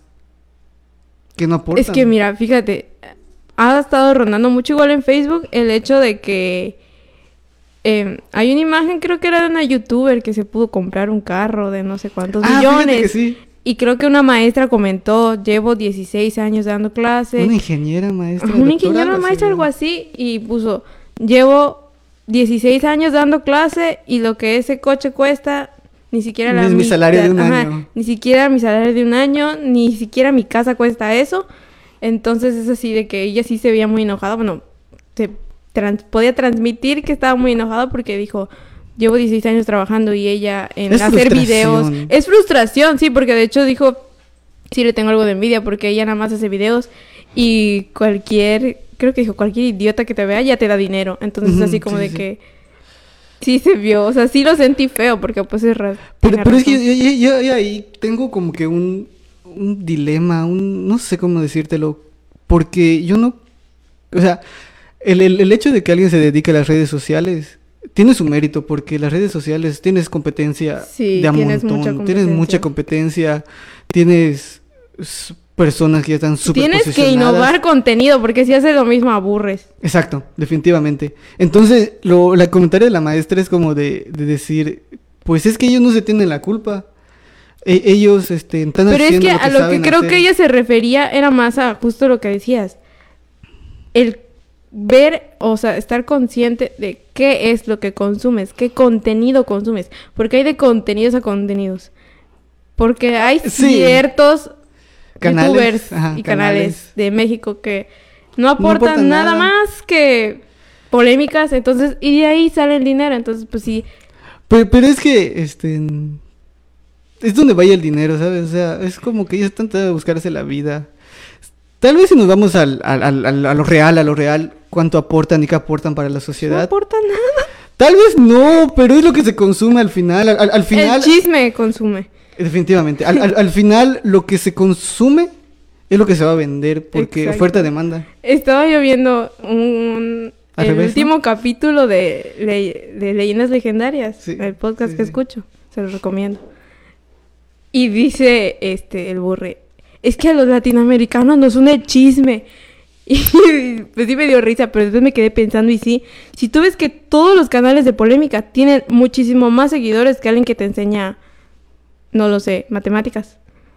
que no aportan. Es que mira, fíjate, ha estado rondando mucho igual en Facebook el hecho de que eh, hay una imagen, creo que era de una youtuber que se pudo comprar un carro de no sé cuántos Ah, fíjate millones. que sí. Y creo que una maestra comentó, llevo dieciséis años dando clase. Una ingeniera maestra. Ajá, una doctora, ingeniera algo maestra, así, algo ¿no? así, y puso, llevo dieciséis años dando clase y lo que ese coche cuesta, ni siquiera Ni la es mi salario de un Ajá, año. ni siquiera mi salario de un año, ni siquiera mi casa cuesta eso. Entonces es así de que ella sí se veía muy enojada, bueno, se trans- podía transmitir que estaba muy enojada porque dijo, llevo dieciséis años trabajando y ella en Es hacer videos. frustración. Es frustración, sí, porque de hecho dijo, sí le tengo algo de envidia porque ella nada más hace videos y cualquier, creo que dijo, cualquier idiota que te vea ya te da dinero. Entonces Ujú, así como sí, de sí. que sí se vio, o sea, sí lo sentí feo porque pues es ra- Pero, tiene pero es que razón. yo, yo- yo- yo ahí tengo como que un, un dilema, un no sé cómo decírtelo, porque yo no, o sea, el, el, el hecho de que alguien se dedique a las redes sociales tiene su mérito, porque las redes sociales tienes competencia Sí, de a tienes montón, mucha tienes mucha competencia. competencia, tienes s- personas que ya están súper Tienes posicionadas. que innovar contenido, porque si haces lo mismo aburres. Exacto, definitivamente. Entonces, lo, la comentario de la maestra es como de, de decir, pues es que ellos no se tienen la culpa. E- ellos este, están Pero haciendo es que, lo que a lo que saben creo hacer. que ella se refería era más a justo lo que decías. El ver, o sea, estar consciente de qué es lo que consumes, qué contenido consumes. Porque hay de contenidos a contenidos. Porque hay Sí. ciertos Canales, youtubers ajá, y canales, canales. de México que no aportan, aportan nada, nada. más que polémicas. Entonces, y de ahí sale el dinero. Entonces, pues sí. Pero, pero es que, este, es donde vaya el dinero, ¿sabes? O sea, es como que ellos están tratando de buscarse la vida. Tal vez si nos vamos al, al, al- al- a lo real, a lo real, cuánto aportan y qué aportan para la No sociedad. aportan nada. Tal vez no, pero es lo que se consume al final. Al, al- al final, El chisme consume. definitivamente, al, al- al final lo que se consume es lo que se va a vender, porque Exacto. oferta-demanda. Estaba yo viendo un, Al el revés, último ¿no? capítulo de, Le- de Leyendas Legendarias, Sí, el podcast sí, que sí. escucho, se los recomiendo. Y dice este el burre, es que a los latinoamericanos nos une el chisme. Y pues sí me dio risa, pero después me quedé pensando y sí, si tú ves que todos los canales de polémica tienen muchísimo más seguidores que alguien que te enseña, no lo sé, matemáticas.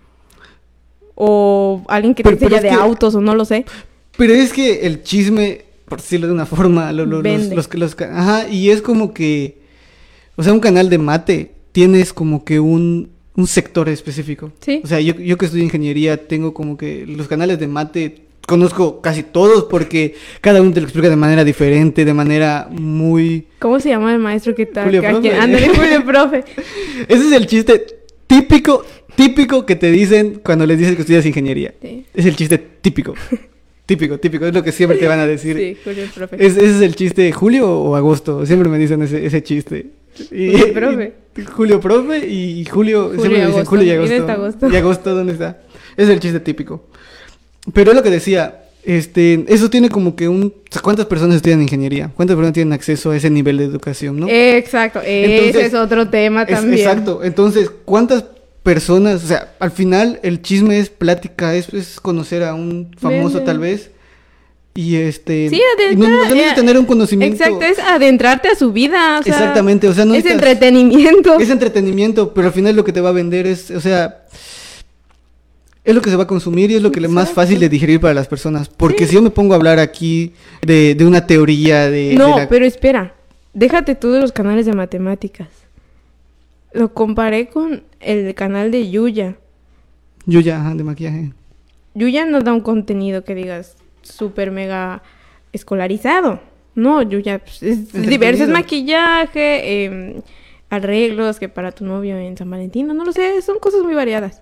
O alguien que te Pero- pero enseña es de que- autos o no lo sé. Pero es que el chisme, por decirlo de una forma, lo- lo- los, Vende. los, los ca- ajá, y es como que, o sea, un canal de mate, tienes como que un, un sector específico. Sí. O sea, yo, yo que estudio ingeniería, tengo como que los canales de mate, conozco casi todos porque cada uno te lo explica de manera diferente, de manera muy... ¿Cómo se llama el maestro que tal? Julio que, Profe. que- ándale, Julio Profe. Ese es el chiste típico, típico que te dicen cuando les dices que estudias ingeniería. Sí. Es el chiste típico. Típico, típico, es lo que siempre te van a decir. Sí, Julio Profe. Es- ese es el chiste de Julio o agosto. Siempre me dicen ese, ese chiste. Y- Julio Profe. y- Julio Profe y Julio. Julio siempre y me dicen agosto. Julio y ¿Y agosto. dónde está agosto? ¿Y agosto dónde está? Es el chiste típico. Pero es lo que decía. Este, eso tiene como que un. O sea, ¿cuántas personas estudian ingeniería? ¿Cuántas personas tienen acceso a ese nivel de educación, no? Exacto, ese Entonces, es otro tema Es- también. exacto. Entonces, ¿cuántas personas? O sea, al final el chisme es plática, es, es conocer a un famoso Vende. tal vez. Y este. Sí, y no, no adentrar- tienes que tener un conocimiento. Exacto, es adentrarte a su vida. O sea, Exactamente, o sea, no es necesitas- entretenimiento. Es entretenimiento, pero al final lo que te va a vender es, o sea, es lo que se va a consumir y es lo que es más Exacto. fácil de digerir para las personas. Porque Sí. si yo me pongo a hablar aquí de, de una teoría de... No, de la- pero espera. Déjate tú de los canales de matemáticas. Lo comparé con el canal de Yuya. Yo ya, ajá, de maquillaje. Yuya no da un contenido que digas súper mega escolarizado. No, Yuya pues, es Entretenido. diverso, es maquillaje, em, arreglos que para tu novio en San Valentín, no lo sé, son cosas muy variadas.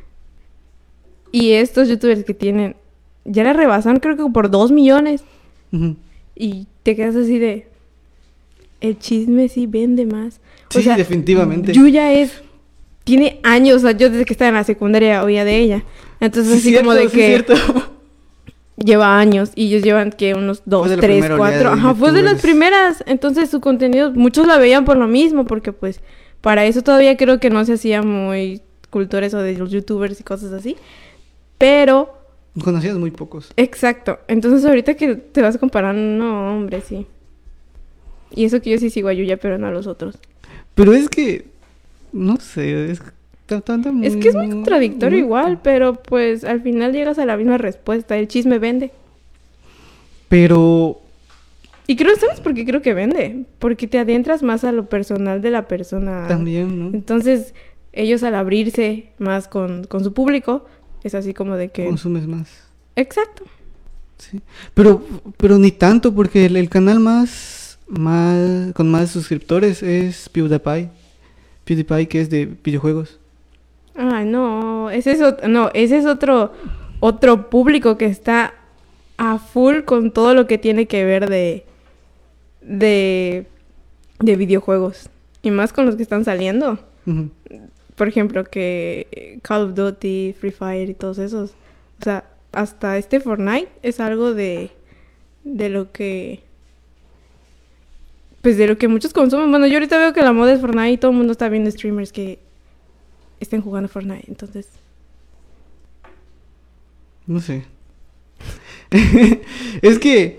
Y estos youtubers que tienen, ya la rebasan creo que por dos millones. Ujú. Y te quedas así de, el chisme sí vende más. O Sí, sea, definitivamente. Yuya es, tiene años, o sea, yo desde que estaba en la secundaria oía de ella. Entonces Sí, así como de cierto, sí, que cierto. lleva años y ellos llevan que unos dos, Fue de la tres, primera oleada cuatro. de Ajá, fue de las youtubers. primeras. Entonces su contenido, muchos la veían por lo mismo, porque pues para eso todavía creo que no se hacía muy cultura eso de los youtubers y cosas así. Pero, Conocías muy pocos. exacto. Entonces ahorita que te vas comparando, no, hombre, sí. Y eso que yo sí sigo a Yuya, pero no a los otros. Pero es que, no sé, es... ta- ta- ta- Es que es muy muy- contradictorio muy- igual, pero pues al final llegas a la misma respuesta. El chisme vende. Pero... Y creo, ¿sabes por qué creo que vende? Porque te adentras más a lo personal de la persona. También, ¿no? Entonces, ellos al abrirse más con, con su público, es así como de que... Consumes más. Exacto. Sí. Pero, pero ni tanto, porque el, el canal más, más, con más suscriptores es PewDiePie. PewDiePie, que es de videojuegos. Ay, no, ese es otro, no, ese es otro, otro público que está a full con todo lo que tiene que ver de, de, de videojuegos. Y más con los que están saliendo. Ujú. Por ejemplo, que Call of Duty, Free Fire y todos esos. O sea, hasta este Fortnite es algo de, de lo que... Pues de lo que muchos consumen. Bueno, yo ahorita veo que la moda es Fortnite y todo el mundo está viendo streamers que estén jugando Fortnite. Entonces, No sé. Es que...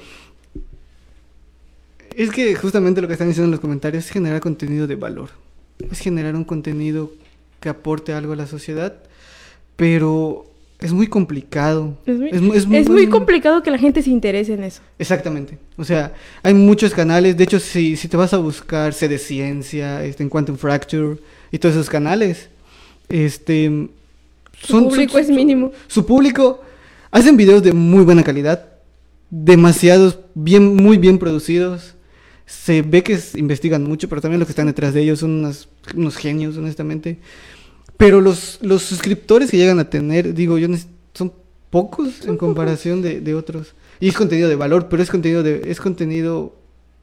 Es que justamente lo que están diciendo en los comentarios es generar contenido de valor. Es generar un contenido que aporte algo a la sociedad, pero es muy complicado. Es muy, es, es muy, es muy complicado que la gente se interese en eso. Exactamente. O sea, hay muchos canales. De hecho, si, si te vas a buscar C de Ciencia, este, en Quantum Fracture y todos esos canales, este... Su son, público son, es mínimo. Su, su público hacen videos de muy buena calidad, demasiados, bien, muy bien producidos. Se ve que es, investigan mucho, pero también los que están detrás de ellos son unas, unos genios, honestamente. Pero los, los suscriptores que llegan a tener, digo yo, son pocos son en comparación pocos. De, de otros. Y es contenido de valor, pero es contenido de, es contenido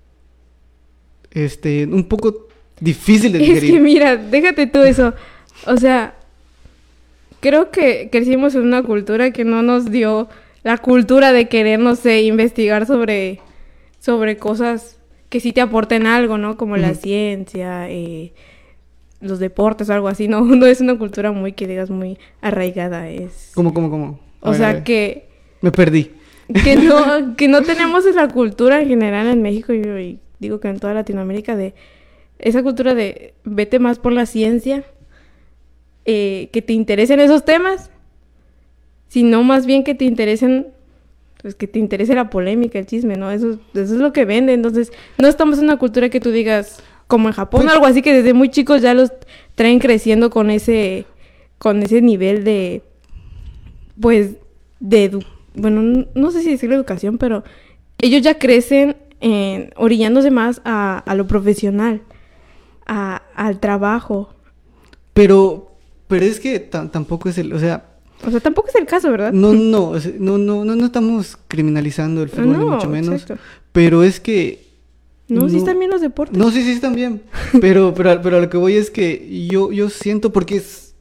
este, un poco difícil de digerir. Es que mira, déjate tú eso. O sea, creo que crecimos en una cultura que no nos dio la cultura de querer, no sé, investigar sobre, sobre cosas que sí te aporten algo, ¿no? Como uh-huh. la ciencia, eh, los deportes o algo así. No, no es una cultura muy, que digas, muy arraigada. Es... ¿Cómo, cómo, cómo? A o ver, sea, que... Me perdí. Que no, que no tenemos esa cultura en general en México y, y digo que en toda Latinoamérica de... Esa cultura de vete más por la ciencia, eh, que te interesen esos temas, sino más bien que te interesen... Pues que te interese la polémica, el chisme, ¿no? Eso, eso es lo que vende. Entonces, no estamos en una cultura que tú digas, como en Japón, pues, algo así, que desde muy chicos ya los traen creciendo con ese, con ese nivel de, pues, de, edu- bueno, no, no sé si decirlo educación, pero ellos ya crecen en, orillándose más a, a lo profesional, a, al trabajo. Pero, pero es que t- tampoco es el, o sea... O sea, tampoco es el caso, ¿verdad? No, no, o sea, no, no, no, no estamos criminalizando el fútbol, no, ni mucho menos. Exacto. Pero es que... No, no, sí están bien los deportes. No, sí, sí están bien. Pero, pero, pero a lo que voy es que yo, yo siento, porque es...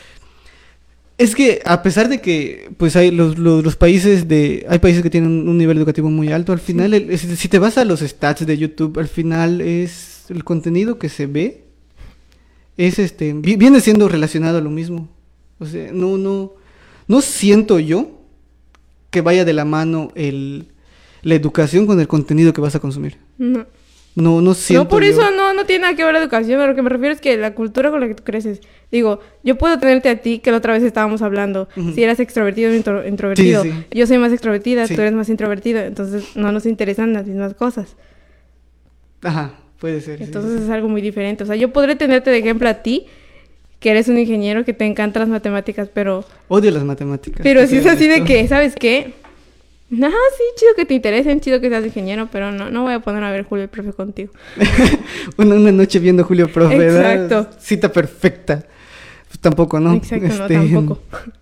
Es que a pesar de que, pues hay los, los, los países de... Hay países que tienen un, un nivel educativo muy alto, al final, sí. el, si te vas a los stats de YouTube, al final es... El contenido que se ve es este... Viene siendo relacionado a lo mismo. O sea, no, no... No siento yo que vaya de la mano el, la educación con el contenido que vas a consumir. No. No, no siento No, por yo. eso no, no tiene nada que ver la educación. A lo que me refiero es que la cultura con la que tú creces. Digo, yo puedo tenerte a ti, que la otra vez estábamos hablando, uh-huh. si eras extrovertido o intro, introvertido. Sí, sí. Yo soy más extrovertida, sí. Tú eres más introvertido. Entonces no nos interesan las mismas cosas. Ajá, puede ser. Entonces sí, sí. es algo muy diferente. O sea, yo podré tenerte de ejemplo a ti, que eres un ingeniero, que te encantan las matemáticas, pero... Odio las matemáticas. Pero si es así de que, ¿sabes qué? No, sí, chido que te interesen, chido que seas ingeniero, pero no, no voy a poner a ver Julio el Profe contigo. una, una noche viendo Julio Profe, ¿verdad? Exacto. Cita perfecta. Pues tampoco, ¿no? Exacto, este... no, tampoco.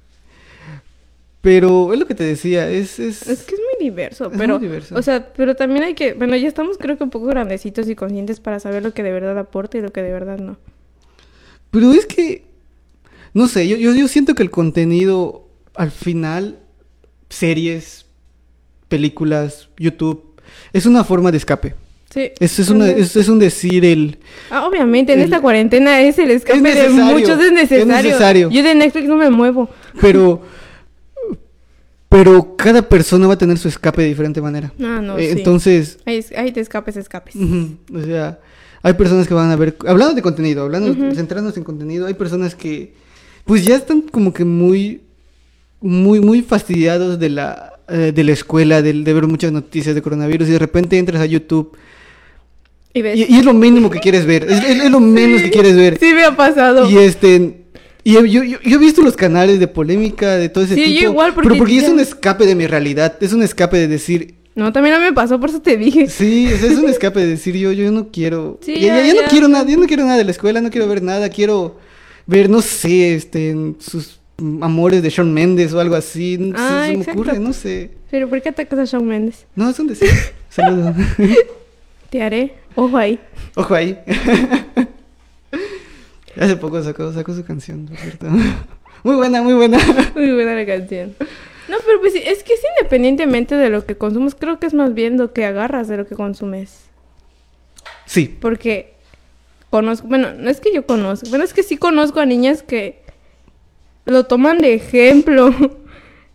Pero es lo que te decía, es... Es, es que es muy diverso, es pero... muy diverso. O sea, pero también hay que... Bueno, ya estamos creo que un poco grandecitos y conscientes para saber lo que de verdad aporta y lo que de verdad no. Pero es que, no sé, yo, yo, yo siento que el contenido, al final, series, películas, YouTube, es una forma de escape. Sí. Es, es, una, es, es un decir el... Ah, obviamente, en el, esta cuarentena es el escape es de muchos, es necesario. es necesario. Yo de Netflix no me muevo. Pero, pero cada persona va a tener su escape de diferente manera. Ah, no, eh, sí. Entonces... Ahí, ahí te escapes, escapes. Uh-huh, o sea... Hay personas que van a ver, hablando de contenido, hablando, uh-huh. centrándonos en contenido, hay personas que, pues ya están como que muy, muy, muy fastidiados de la, eh, de la escuela, de, de ver muchas noticias de coronavirus y de repente entras a YouTube y ves. Y, y es lo mínimo que quieres ver, es, es, es lo menos sí, que quieres ver. Sí me ha pasado. Y este, y yo, yo, yo he visto los canales de polémica de todo ese sí, tipo, yo igual porque pero porque ya... es un escape de mi realidad, es un escape de decir... No, también a mí me pasó, por eso te dije. Sí, o sea, es un escape de decir yo, yo no quiero, sí, ya, ya, ya, ya ya no quiero nada, yo no quiero nada de la escuela, no quiero ver nada, quiero ver, no sé, este, sus amores de Shawn Mendes o algo así, ah, se, se me exacto. ocurre, no sé. Pero ¿por qué atacas a Shawn Mendes? No, es un decir, saludos. Te haré, ojo ahí. Ojo ahí. Hace poco sacó, sacó su canción, por cierto. Muy buena, muy buena. Muy buena la canción. No, pero pues es que es independientemente de lo que consumes, creo que es más bien lo que agarras de lo que consumes. Sí. Porque conozco, bueno, no es que yo conozco, bueno, es que sí conozco a niñas que lo toman de ejemplo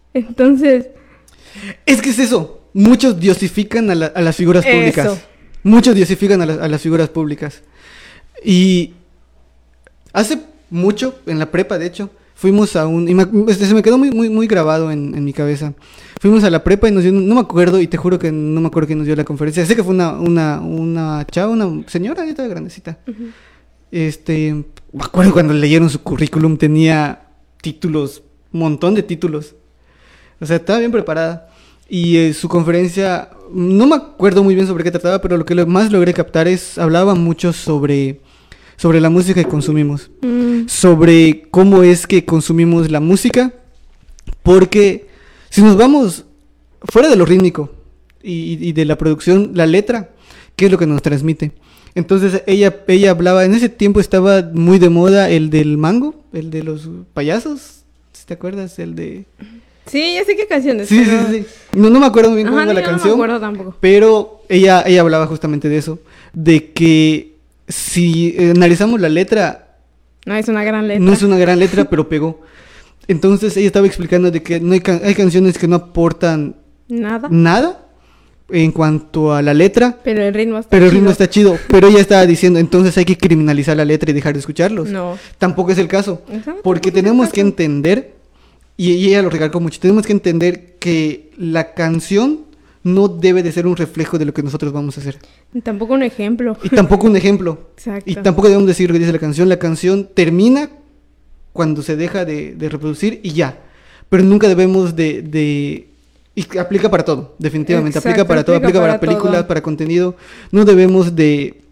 Entonces... Es que es eso. Muchos diosifican a, la, a las figuras públicas. Eso. Muchos diosifican a, la, a las figuras públicas. Y hace mucho, en la prepa, de hecho, fuimos a un... Y me, este, se me quedó muy, muy, muy grabado en, en mi cabeza. Fuimos a la prepa y nos dio... No me acuerdo, y te juro que no me acuerdo quién nos dio la conferencia. Sé que fue una, una, una chava, una señora, ya estaba grandecita. Uh-huh. Este... Me acuerdo cuando leyeron su currículum, tenía títulos, un montón de títulos. O sea, estaba bien preparada. Y eh, su conferencia, no me acuerdo muy bien sobre qué trataba, pero lo que más logré captar es, hablaba mucho sobre, sobre la música que consumimos. Mm. Sobre cómo es que consumimos la música. Porque si nos vamos fuera de lo rítmico y, y de la producción, la letra, ¿qué es lo que nos transmite? Entonces ella, ella hablaba, en ese tiempo estaba muy de moda el del mango, el de los payasos, ¿sí te acuerdas? El de... Sí, ya sé qué canción es. Sí, pero... sí, sí, sí. No, no me acuerdo muy bien cómo era la canción. No me acuerdo tampoco. Pero ella, ella hablaba justamente de eso, de que si eh, analizamos la letra... No es una gran letra. No es una gran letra, pero pegó. Entonces ella estaba explicando de que no hay, can- hay canciones que no aportan... Nada. Nada. En cuanto a la letra, pero el ritmo está pero el chido. ritmo está chido, pero ella estaba diciendo, entonces hay que criminalizar la letra y dejar de escucharlos. No. Tampoco es el caso, Ajá, porque tenemos que entender, y, y ella lo recalcó mucho, tenemos que entender que la canción no debe de ser un reflejo de lo que nosotros vamos a hacer. Y tampoco un ejemplo. Y tampoco un ejemplo. Exacto. Y tampoco debemos decir lo que dice la canción. La canción termina cuando se deja de, de reproducir y ya. Pero nunca debemos de... de y aplica para todo, definitivamente. Exacto, aplica para todo, aplica para, para películas, todo. Para contenido. No debemos de...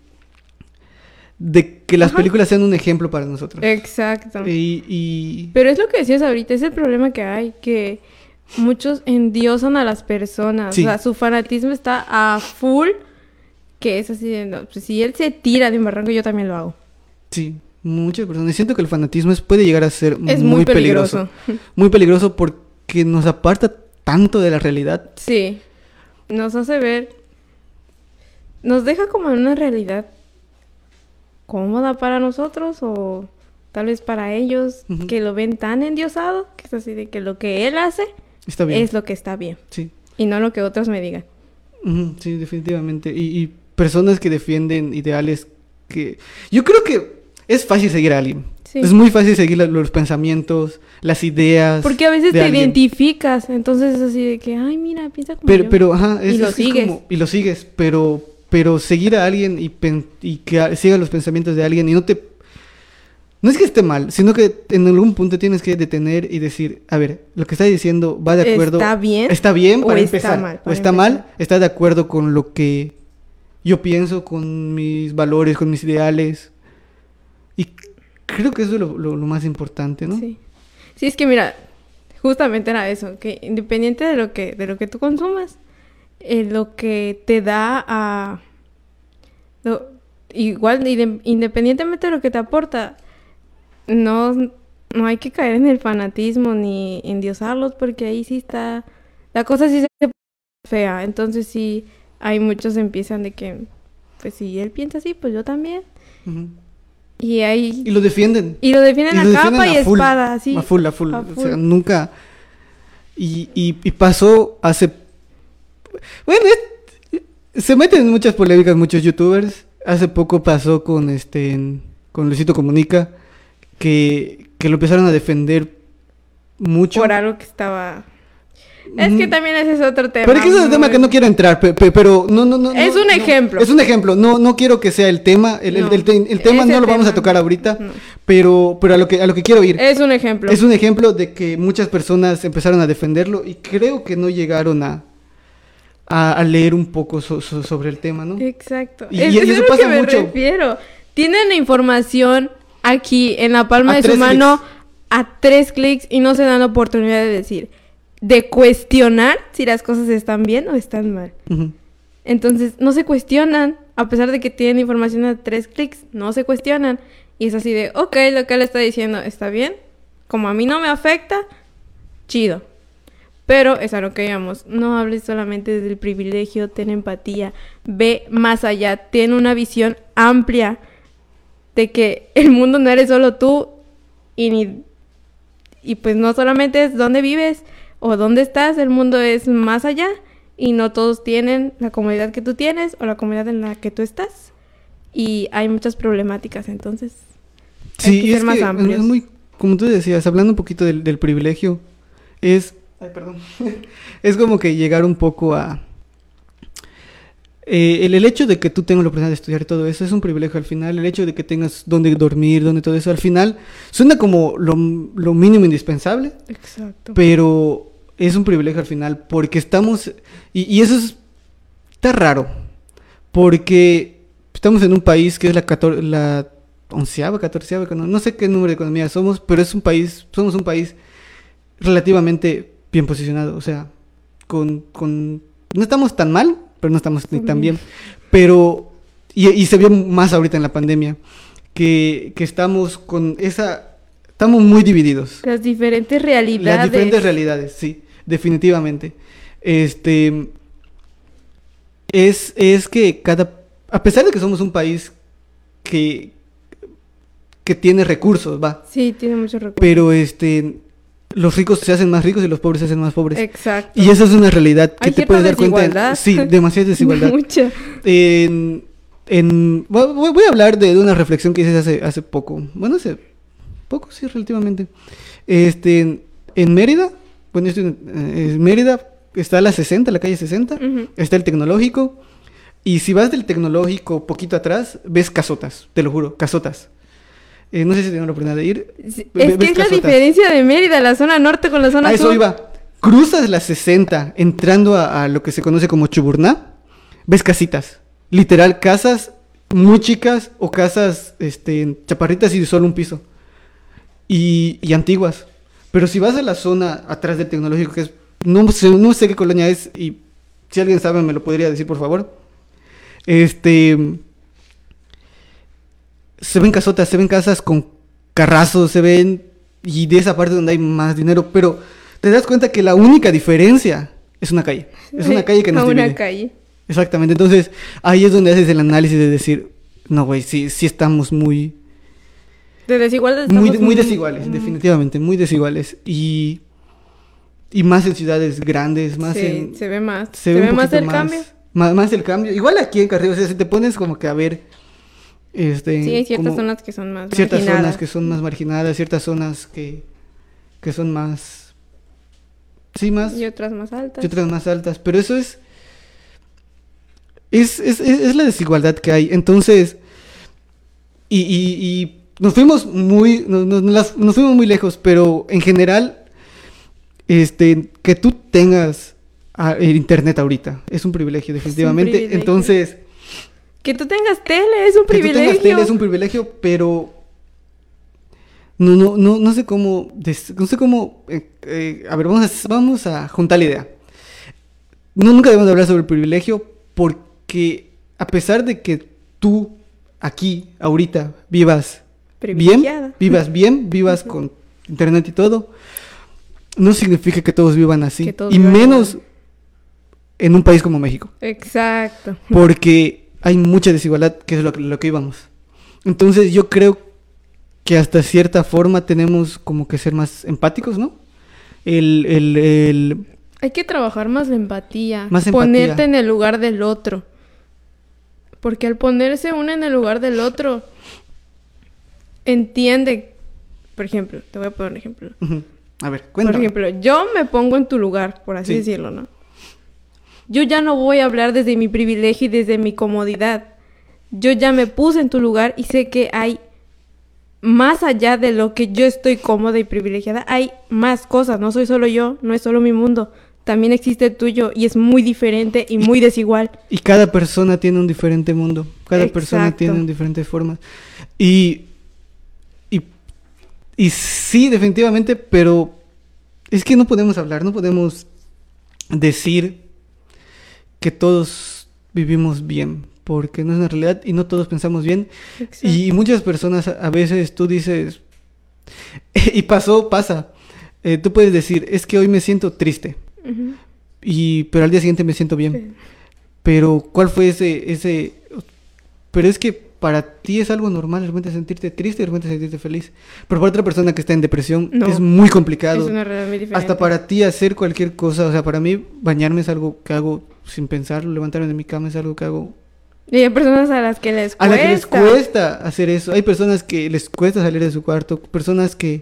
de que las Ajá. películas sean un ejemplo para nosotros. Exacto. Y, y... Pero es lo que decías ahorita, es el problema que hay, que muchos endiosan a las personas. Sí. O sea, su fanatismo está a full, que es así de, no, pues si él se tira de un barranco, yo también lo hago. Sí, muchas personas. Y siento que el fanatismo es, puede llegar a ser es muy, muy peligroso. peligroso. Muy peligroso porque nos aparta tanto de la realidad. Sí, nos hace ver, nos deja como en una realidad cómoda para nosotros o tal vez para ellos, uh-huh. que lo ven tan endiosado, que es así de que lo que él hace está bien. Es lo que está bien. Sí. Y no lo que otros me digan. Uh-huh, sí, definitivamente. Y, y personas que defienden ideales que... Yo creo que es fácil seguir a alguien. Sí. Es muy fácil seguir la, los pensamientos, las ideas. Porque a veces te alguien. identificas, entonces es así de que, ay, mira, piensa como pero, yo. Pero, ajá, es, y lo es, sigues. Es como, y lo sigues, pero, pero seguir a alguien y, pen, y que siga los pensamientos de alguien y no te... No es que esté mal, sino que en algún punto tienes que detener y decir, a ver, lo que está diciendo va de acuerdo... ¿Está bien? ¿Está bien para o empezar? Está mal, ¿O está empezar. mal? ¿Está de acuerdo con lo que yo pienso, con mis valores, con mis ideales? Y creo que eso es lo, lo, lo más importante, ¿no? Sí. Sí, es que mira, justamente era eso, que independiente de lo que, de lo que tú consumas, eh, lo que te da a... Lo, igual, independientemente de lo que te aporta, no, no hay que caer en el fanatismo ni endiosarlos, porque ahí sí está... La cosa sí se pone fea, entonces sí hay muchos empiezan de que, pues si él piensa así, pues yo también. Uh-huh. Y ahí... Y lo defienden. Y lo defienden y a lo capa defienden a y full, espada, así. A full, a full. A full. O sea, nunca... Y, y, y pasó hace... Bueno, es... se meten en muchas polémicas muchos youtubers. Hace poco pasó con este... con Luisito Comunica, que, que lo empezaron a defender mucho. Por algo que estaba... Es que también ese es otro tema. Pero es que ese es el tema que no quiero entrar, pe, pe, pero no, no, no. Es no, un no, ejemplo. Es un ejemplo, no, no quiero que sea el tema, el, no, el, el, el tema no lo tema. vamos a tocar ahorita, no. pero, pero a lo que, a lo que quiero ir. Es un ejemplo. Es un ejemplo de que muchas personas empezaron a defenderlo y creo que no llegaron a, a, a leer un poco so, so, sobre el tema, ¿no? Exacto. Y, es, y, es y eso a lo pasa que me mucho. refiero. Tienen la información aquí en la palma a de su mano clics. a tres clics y no se dan la oportunidad de decir, de cuestionar si las cosas están bien o están mal. Uh-huh. Entonces, no se cuestionan, a pesar de que tienen información a tres clics, no se cuestionan. Y es así de, ok, lo que él está diciendo está bien, como a mí no me afecta, chido. Pero es a lo que digamos, no hables solamente desde el privilegio, ten empatía, ve más allá, ten una visión amplia de que el mundo no eres solo tú y ni... Y pues no solamente es dónde vives o dónde estás, el mundo es más allá y no todos tienen la comodidad que tú tienes o la comodidad en la que tú estás. Y hay muchas problemáticas, entonces sí, hay que ser es más que amplios. Es muy, como tú decías, hablando un poquito del, del privilegio, es... Ay, perdón. Es como que llegar un poco a... Eh, el, el hecho de que tú tengas la oportunidad de estudiar todo eso es un privilegio al final. El hecho de que tengas donde dormir, donde todo eso, al final suena como lo, lo mínimo indispensable. Exacto. Pero es un privilegio al final porque estamos... Y, y eso es, está raro. Porque estamos en un país que es la, cator, la onceava, catorceava, no, no sé qué número de economía somos, pero es un país, somos un país relativamente bien posicionado. O sea, con... con no estamos tan mal, pero no estamos ni tan bien. Pero, y, y se vio más ahorita en la pandemia, que, que estamos con esa, estamos muy divididos. Las diferentes realidades. Las diferentes realidades, sí, definitivamente. Este, es, es que cada, a pesar de que somos un país que, que tiene recursos, va. Sí, tiene muchos recursos. Pero este... los ricos se hacen más ricos y los pobres se hacen más pobres. Exacto. Y esa es una realidad que Hay te puedes dar cuenta. desigualdad. Sí, demasiada desigualdad. Mucha. En, en, voy, voy a hablar de, de una reflexión que hice hace, hace poco. Bueno, hace poco, sí, relativamente. Este, en, en Mérida, bueno, yo estoy en, en Mérida, está la sesenta, la calle sesenta, Uh-huh. está el tecnológico. Y si vas del tecnológico poquito atrás, ves casotas, te lo juro, casotas. Eh, no sé si tengo la oportunidad de ir. Sí, Ve- es que ves es la casotas. diferencia de Mérida, la zona norte con la zona A eso sur. iba. Cruzas la sesenta entrando a, a lo que se conoce como Chuburná. Ves casitas. Literal, casas muy chicas o casas este, chaparritas y de solo un piso. Y, y antiguas. Pero si vas a la zona atrás del tecnológico, que es... No sé, no sé qué colonia es y si alguien sabe me lo podría decir, por favor. Este... Se ven casotas, se ven casas con carrazos, se ven... Y de esa parte donde hay más dinero, pero te das cuenta que la única diferencia es una calle. Es una calle que nos A una divide. calle. Exactamente, entonces ahí es donde haces el análisis de decir, no, güey, sí, sí estamos muy... De desigualdad Muy, estamos muy desiguales, mm, definitivamente, muy desiguales. Y, y más en ciudades grandes, más sí, en... se ve más. Se, Se, ve, ve un más poquito el cambio. Más, más el cambio. Igual aquí en Carrillo, o sea, si te pones como que a ver... Este, Sí, hay ciertas como zonas que son más ciertas marginadas. zonas que son más marginadas, ciertas zonas que, que son más... Sí, más... Y otras más altas. y otras más altas, pero eso es es, es, es, es la desigualdad que hay. Entonces, y, y, y nos fuimos muy nos, nos, las- nos fuimos muy lejos, pero en general este que tú tengas ah, el internet ahorita es un privilegio, definitivamente. privilegio. Entonces, Que tú tengas tele es un que tú privilegio. tengas tele es un privilegio, pero no no no no sé cómo des- no sé cómo eh, eh, a ver, vamos a, vamos a juntar la idea. No, nunca debemos de hablar sobre el privilegio porque a pesar de que tú aquí, ahorita, vivas bien, Privilegiada. vivas bien, vivas con internet y todo, no significa que todos vivan así. Que todos Y vivan menos igual. en un país como México. Exacto. Porque hay mucha desigualdad, que es lo, que- lo que íbamos. Entonces yo creo que hasta cierta forma tenemos como que ser más empáticos, ¿no? El, el, el, Hay que trabajar más la empatía. Más empatía. Ponerte en el lugar del otro. Porque al ponerse uno en el lugar del otro, entiende. Por ejemplo, te voy a poner un ejemplo. Ujú. A ver, Por cuéntame. ejemplo, yo me pongo en tu lugar, por así Sí. decirlo, ¿no? Yo ya no voy a hablar desde mi privilegio y desde mi comodidad. Yo ya me puse en tu lugar y sé que hay más allá de lo que yo estoy cómoda y privilegiada. Hay más cosas, no soy solo yo, no es solo mi mundo. También existe el tuyo y es muy diferente y muy desigual. Y cada persona tiene un diferente mundo. Cada persona Exacto. tiene diferentes formas. Y, y, y sí, definitivamente, pero es que no podemos hablar, no podemos decir que todos vivimos bien, porque no es una realidad y no todos pensamos bien. Exacto. Y muchas personas a a veces tú dices, y pasó, pasa, eh, tú puedes decir, es que hoy me siento triste, Ujú. y, pero al día siguiente me siento bien. Sí. Pero, ¿cuál fue ese, ese? Pero es que para ti es algo normal de repente sentirte triste, de repente sentirte feliz. Pero para otra persona que está en depresión no, es muy complicado. Es una realidad muy diferente. Hasta para ti hacer cualquier cosa, o sea, para mí bañarme es algo que hago sin pensarlo, levantarme de mi cama es algo que hago. Y hay personas a las que les cuesta. A las que les cuesta hacer eso. Hay personas que les cuesta salir de su cuarto, personas que...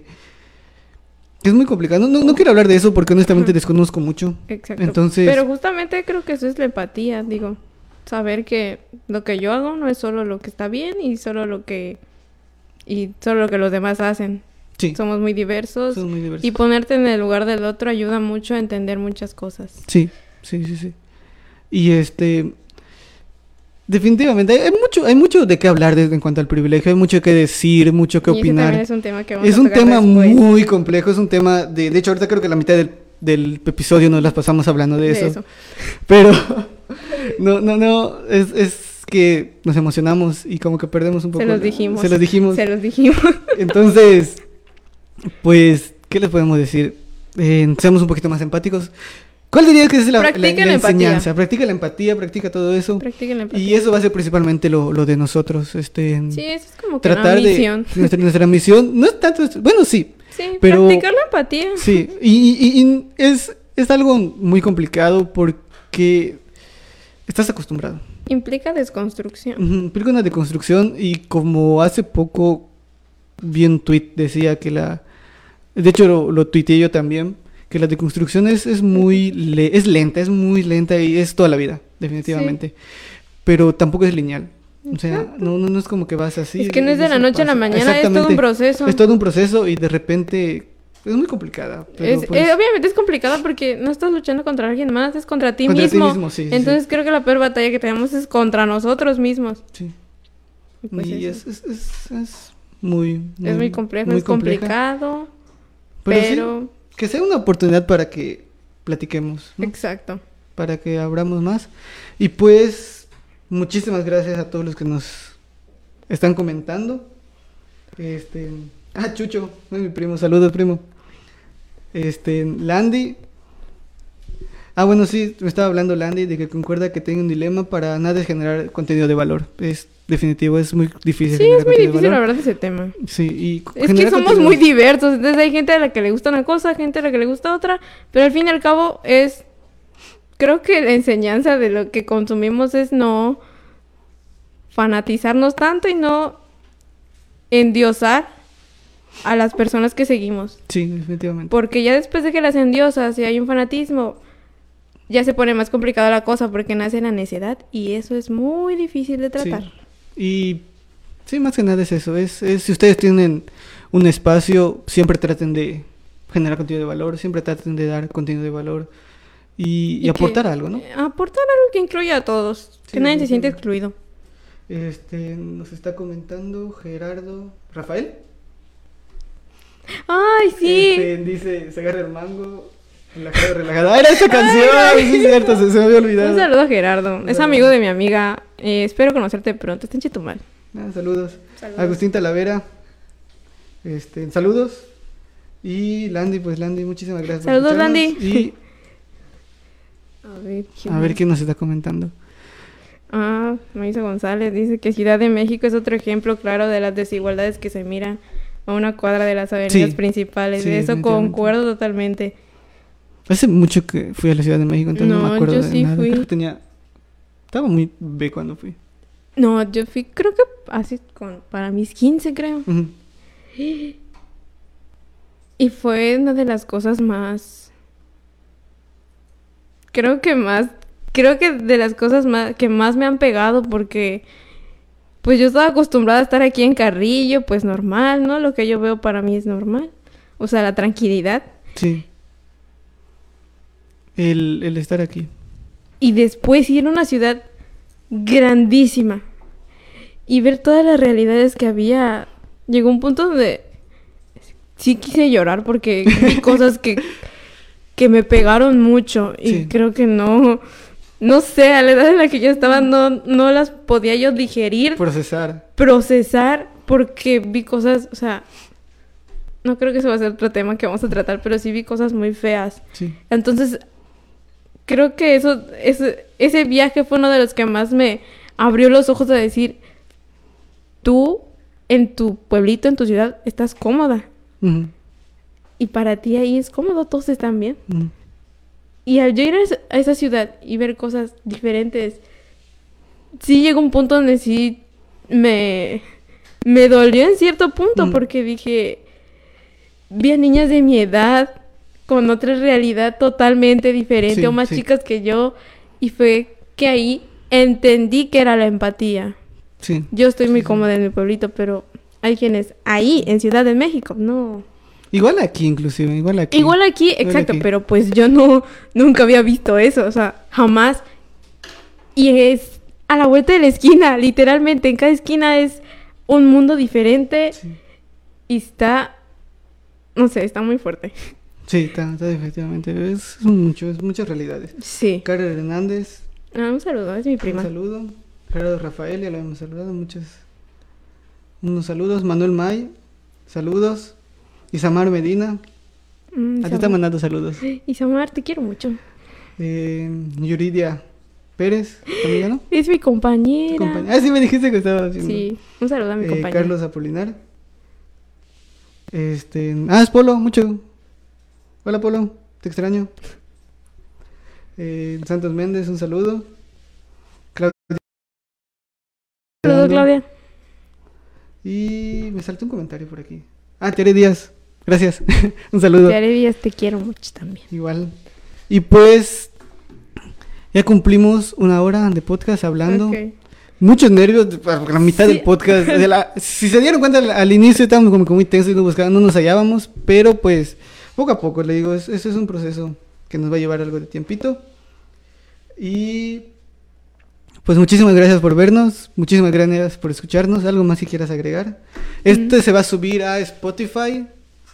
Es muy complicado. No, no, no quiero hablar de eso porque honestamente desconozco mucho. Exacto. Entonces... Pero justamente creo que eso es la empatía, digo. Saber que lo que yo hago no es solo lo que está bien y solo lo que... Y solo lo que los demás hacen. Sí. Somos muy diversos. Somos muy diversos. Y ponerte en el lugar del otro ayuda mucho a entender muchas cosas. Sí, sí, sí, sí. Y este... Definitivamente, hay mucho, hay mucho de qué hablar de, en cuanto al privilegio, hay mucho que decir, mucho que y opinar. Ese también es un tema que vamos es a un tema después. muy complejo, es un tema de, de hecho ahorita creo que la mitad del, del episodio nos las pasamos hablando de, de eso. eso. Pero no, no, no, es, es que nos emocionamos y como que perdemos un poco. Se los la, dijimos. Se los dijimos. Se los dijimos. Entonces, pues, ¿qué les podemos decir? Eh, seamos un poquito más empáticos. ¿Cuál dirías que es la, la, la, la enseñanza? Practica la empatía, practica todo eso. Practica la empatía. Y eso va a ser principalmente lo, lo de nosotros. Este, sí, eso es como que tratar una misión. De, nuestra, nuestra misión no es tanto... Bueno, sí. Sí, pero, practicar la empatía. Sí, y, y, y es, es algo muy complicado porque estás acostumbrado. Implica desconstrucción. Uh-huh, implica una deconstrucción y como hace poco vi un tweet, decía que la... De hecho, lo, lo tuiteé yo también. Que la deconstrucción es, es muy le- es lenta, es muy lenta y es toda la vida, definitivamente. Sí. Pero tampoco es lineal. O sea, no, no, no es como que vas así. Es que no es de la noche a la mañana, es todo un proceso. Es todo un proceso y de repente es muy complicada. Pero es, pues, eh, obviamente es complicada porque no estás luchando contra alguien más, es contra ti contra mismo. Ti mismo sí, Entonces sí. creo que la peor batalla que tenemos es contra nosotros mismos. Sí. Y, pues y es, es, es, es muy, muy... Es muy complejo, muy es complicado, pero... pero... Sí. Que sea una oportunidad para que platiquemos, ¿no? Exacto. Para que abramos más. Y pues, muchísimas gracias a todos los que nos están comentando. Este, ah, Chucho, es mi primo, saludos, primo. Este, Landy. Ah, bueno, sí, me estaba hablando Landy de que concuerda que tiene un dilema para nada es generar contenido de valor. Es definitivo, es muy difícil. Sí, es muy difícil hablar de ese tema. Sí, y es que somos muy diversos, entonces hay gente a la que le gusta una cosa, gente a la que le gusta otra, pero al fin y al cabo es, creo que la enseñanza de lo que consumimos es no fanatizarnos tanto y no endiosar a las personas que seguimos. Sí, definitivamente. Porque ya después de que las endiosas y hay un fanatismo, ya se pone más complicada la cosa porque nace la necedad y eso es muy difícil de tratar. Sí. Y sí, más que nada es eso, es, es si ustedes tienen un espacio, siempre traten de generar contenido de valor, siempre traten de dar contenido de valor y, y, y aportar que, algo, ¿no? Aportar algo que incluya a todos, sí, que nadie se siente excluido. Este, nos está comentando Gerardo, Rafael. Ay, sí. Este, dice, se agarra el mango. Relajado, relajado. ¡Ah, era esa canción! Ay, sí, es cierto, se, se me había olvidado. Un saludo a Gerardo. Es amigo de mi amiga. Eh, espero conocerte pronto. Está en Chetumal. Ah, saludos. saludos. Agustín Talavera. Este, saludos. Y Landy, pues Landy, muchísimas gracias. Saludos, por Landy. Y a ver, ¿quién, a ver quién nos está comentando. Ah, Maísa González dice que Ciudad de México es otro ejemplo claro de las desigualdades que se miran a una cuadra de las avenidas sí, principales. Sí, de eso concuerdo totalmente. Hace mucho que fui a la Ciudad de México, entonces no, no me acuerdo yo de sí nada. Fui. Creo que tenía... Estaba muy B cuando fui. No, yo fui, creo que así con, para mis quince, creo. Uh-huh. Y fue una de las cosas más... Creo que más... Creo que de las cosas más que más me han pegado porque... Pues yo estaba acostumbrada a estar aquí en Carrillo, pues normal, ¿no? Lo que yo veo para mí es normal. O sea, la tranquilidad. Sí. El, el estar aquí. Y después ir a una ciudad grandísima y ver todas las realidades que había. Llegó un punto donde sí quise llorar porque vi cosas que, que me pegaron mucho y sí. creo que no, no sé, a la edad en la que yo estaba no, no las podía yo digerir. Procesar. Procesar porque vi cosas, o sea, no creo que eso va a ser otro tema que vamos a tratar, pero sí vi cosas muy feas. Sí. Entonces... Creo que eso, ese, ese viaje fue uno de los que más me abrió los ojos a decir, tú en tu pueblito, en tu ciudad, estás cómoda. Uh-huh. Y para ti ahí es cómodo, todos están bien. Uh-huh. Y al yo ir a esa, a esa ciudad y ver cosas diferentes, sí llegó un punto donde sí me, me dolió en cierto punto, uh-huh. porque dije, vi a niñas de mi edad con otra realidad totalmente diferente, sí, o más sí. chicas que yo, y fue que ahí entendí que era la empatía. Sí. Yo estoy muy sí, cómoda sí. en mi pueblito, pero hay quienes ahí, en Ciudad de México, no. Igual aquí, inclusive, igual aquí. Igual aquí, igual exacto, aquí. Pero pues yo no, nunca había visto eso, o sea, jamás. Y es a la vuelta de la esquina, literalmente, en cada esquina es un mundo diferente. Sí. Y está, no sé, está muy fuerte. Sí, está, está efectivamente, es mucho, es muchas realidades. Sí. Karen Hernández. Ah, un saludo, es mi prima. Un saludo. Gerardo Rafael, ya lo hemos saludado, muchos. Unos saludos. Manuel May, saludos. Isamar Medina, mm, a ti te está mandando saludos. Isamar, te quiero mucho. Eh, Yuridia Pérez, ¿también no? Es mi compañera. Compañ- ah, sí, me dijiste que estaba haciendo. Sí, un saludo a mi eh, compañera. Carlos Apolinar. Este, ah, es Polo, mucho. Hola Polo, te extraño. Eh, Santos Méndez, un saludo. Claudia. Saludos, Claudia. Y me saltó un comentario por aquí. Ah, Tere Díaz, gracias. Un saludo. Tere Díaz, te quiero mucho también. Igual. Y pues, ya cumplimos una hora de podcast hablando. Okay. Muchos nervios, porque la mitad sí. del podcast. De la, si se dieron cuenta al, al inicio estábamos como que muy tensos y no buscábamos, no nos hallábamos. Pero pues, poco a poco, le digo, eso es, es un proceso que nos va a llevar algo de tiempito. Y pues muchísimas gracias por vernos, muchísimas gracias por escucharnos. ¿Algo más que quieras agregar? Este mm. se va a subir a Spotify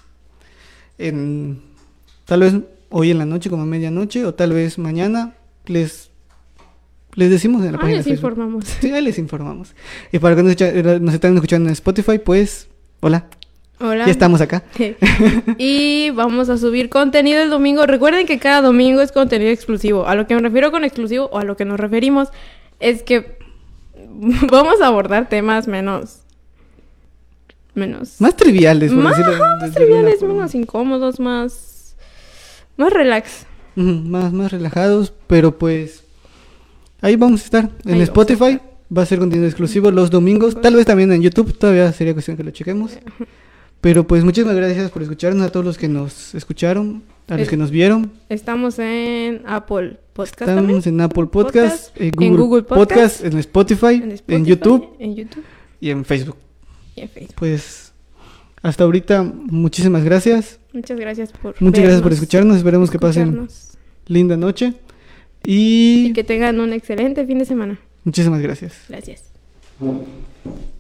en tal vez hoy en la noche, como a medianoche, o tal vez mañana. Les les decimos en la ah, página les de Facebook. informamos. Sí, ahí les informamos. Y para que nos, echa, nos están escuchando en Spotify, pues, hola. Hola. Ya estamos acá. Y vamos a subir contenido el domingo. Recuerden que cada domingo es contenido exclusivo. A lo que me refiero con exclusivo, o a lo que nos referimos, es que vamos a abordar temas menos... menos... Más triviales, por más, decirlo. Más de triviales, menos incómodos, más... más relax. Uh-huh, más, más relajados, pero pues... ahí vamos a estar. En ahí Spotify a estar. Va a ser contenido exclusivo los domingos. Tal vez también en YouTube. Todavía sería cuestión que lo chequemos. Pero pues muchísimas gracias por escucharnos, a todos los que nos escucharon, a los es, que nos vieron. Estamos en Apple Podcast. Estamos también. en Apple Podcast, Podcast en, Google en Google Podcast, Podcast en, Spotify, en Spotify, en YouTube, en YouTube y en Facebook. Y en Facebook. Pues hasta ahorita muchísimas gracias. Muchas gracias por Muchas vernos, gracias por escucharnos. Esperemos que escucharnos. pasen linda noche y... y que tengan un excelente fin de semana. Muchísimas gracias. Gracias.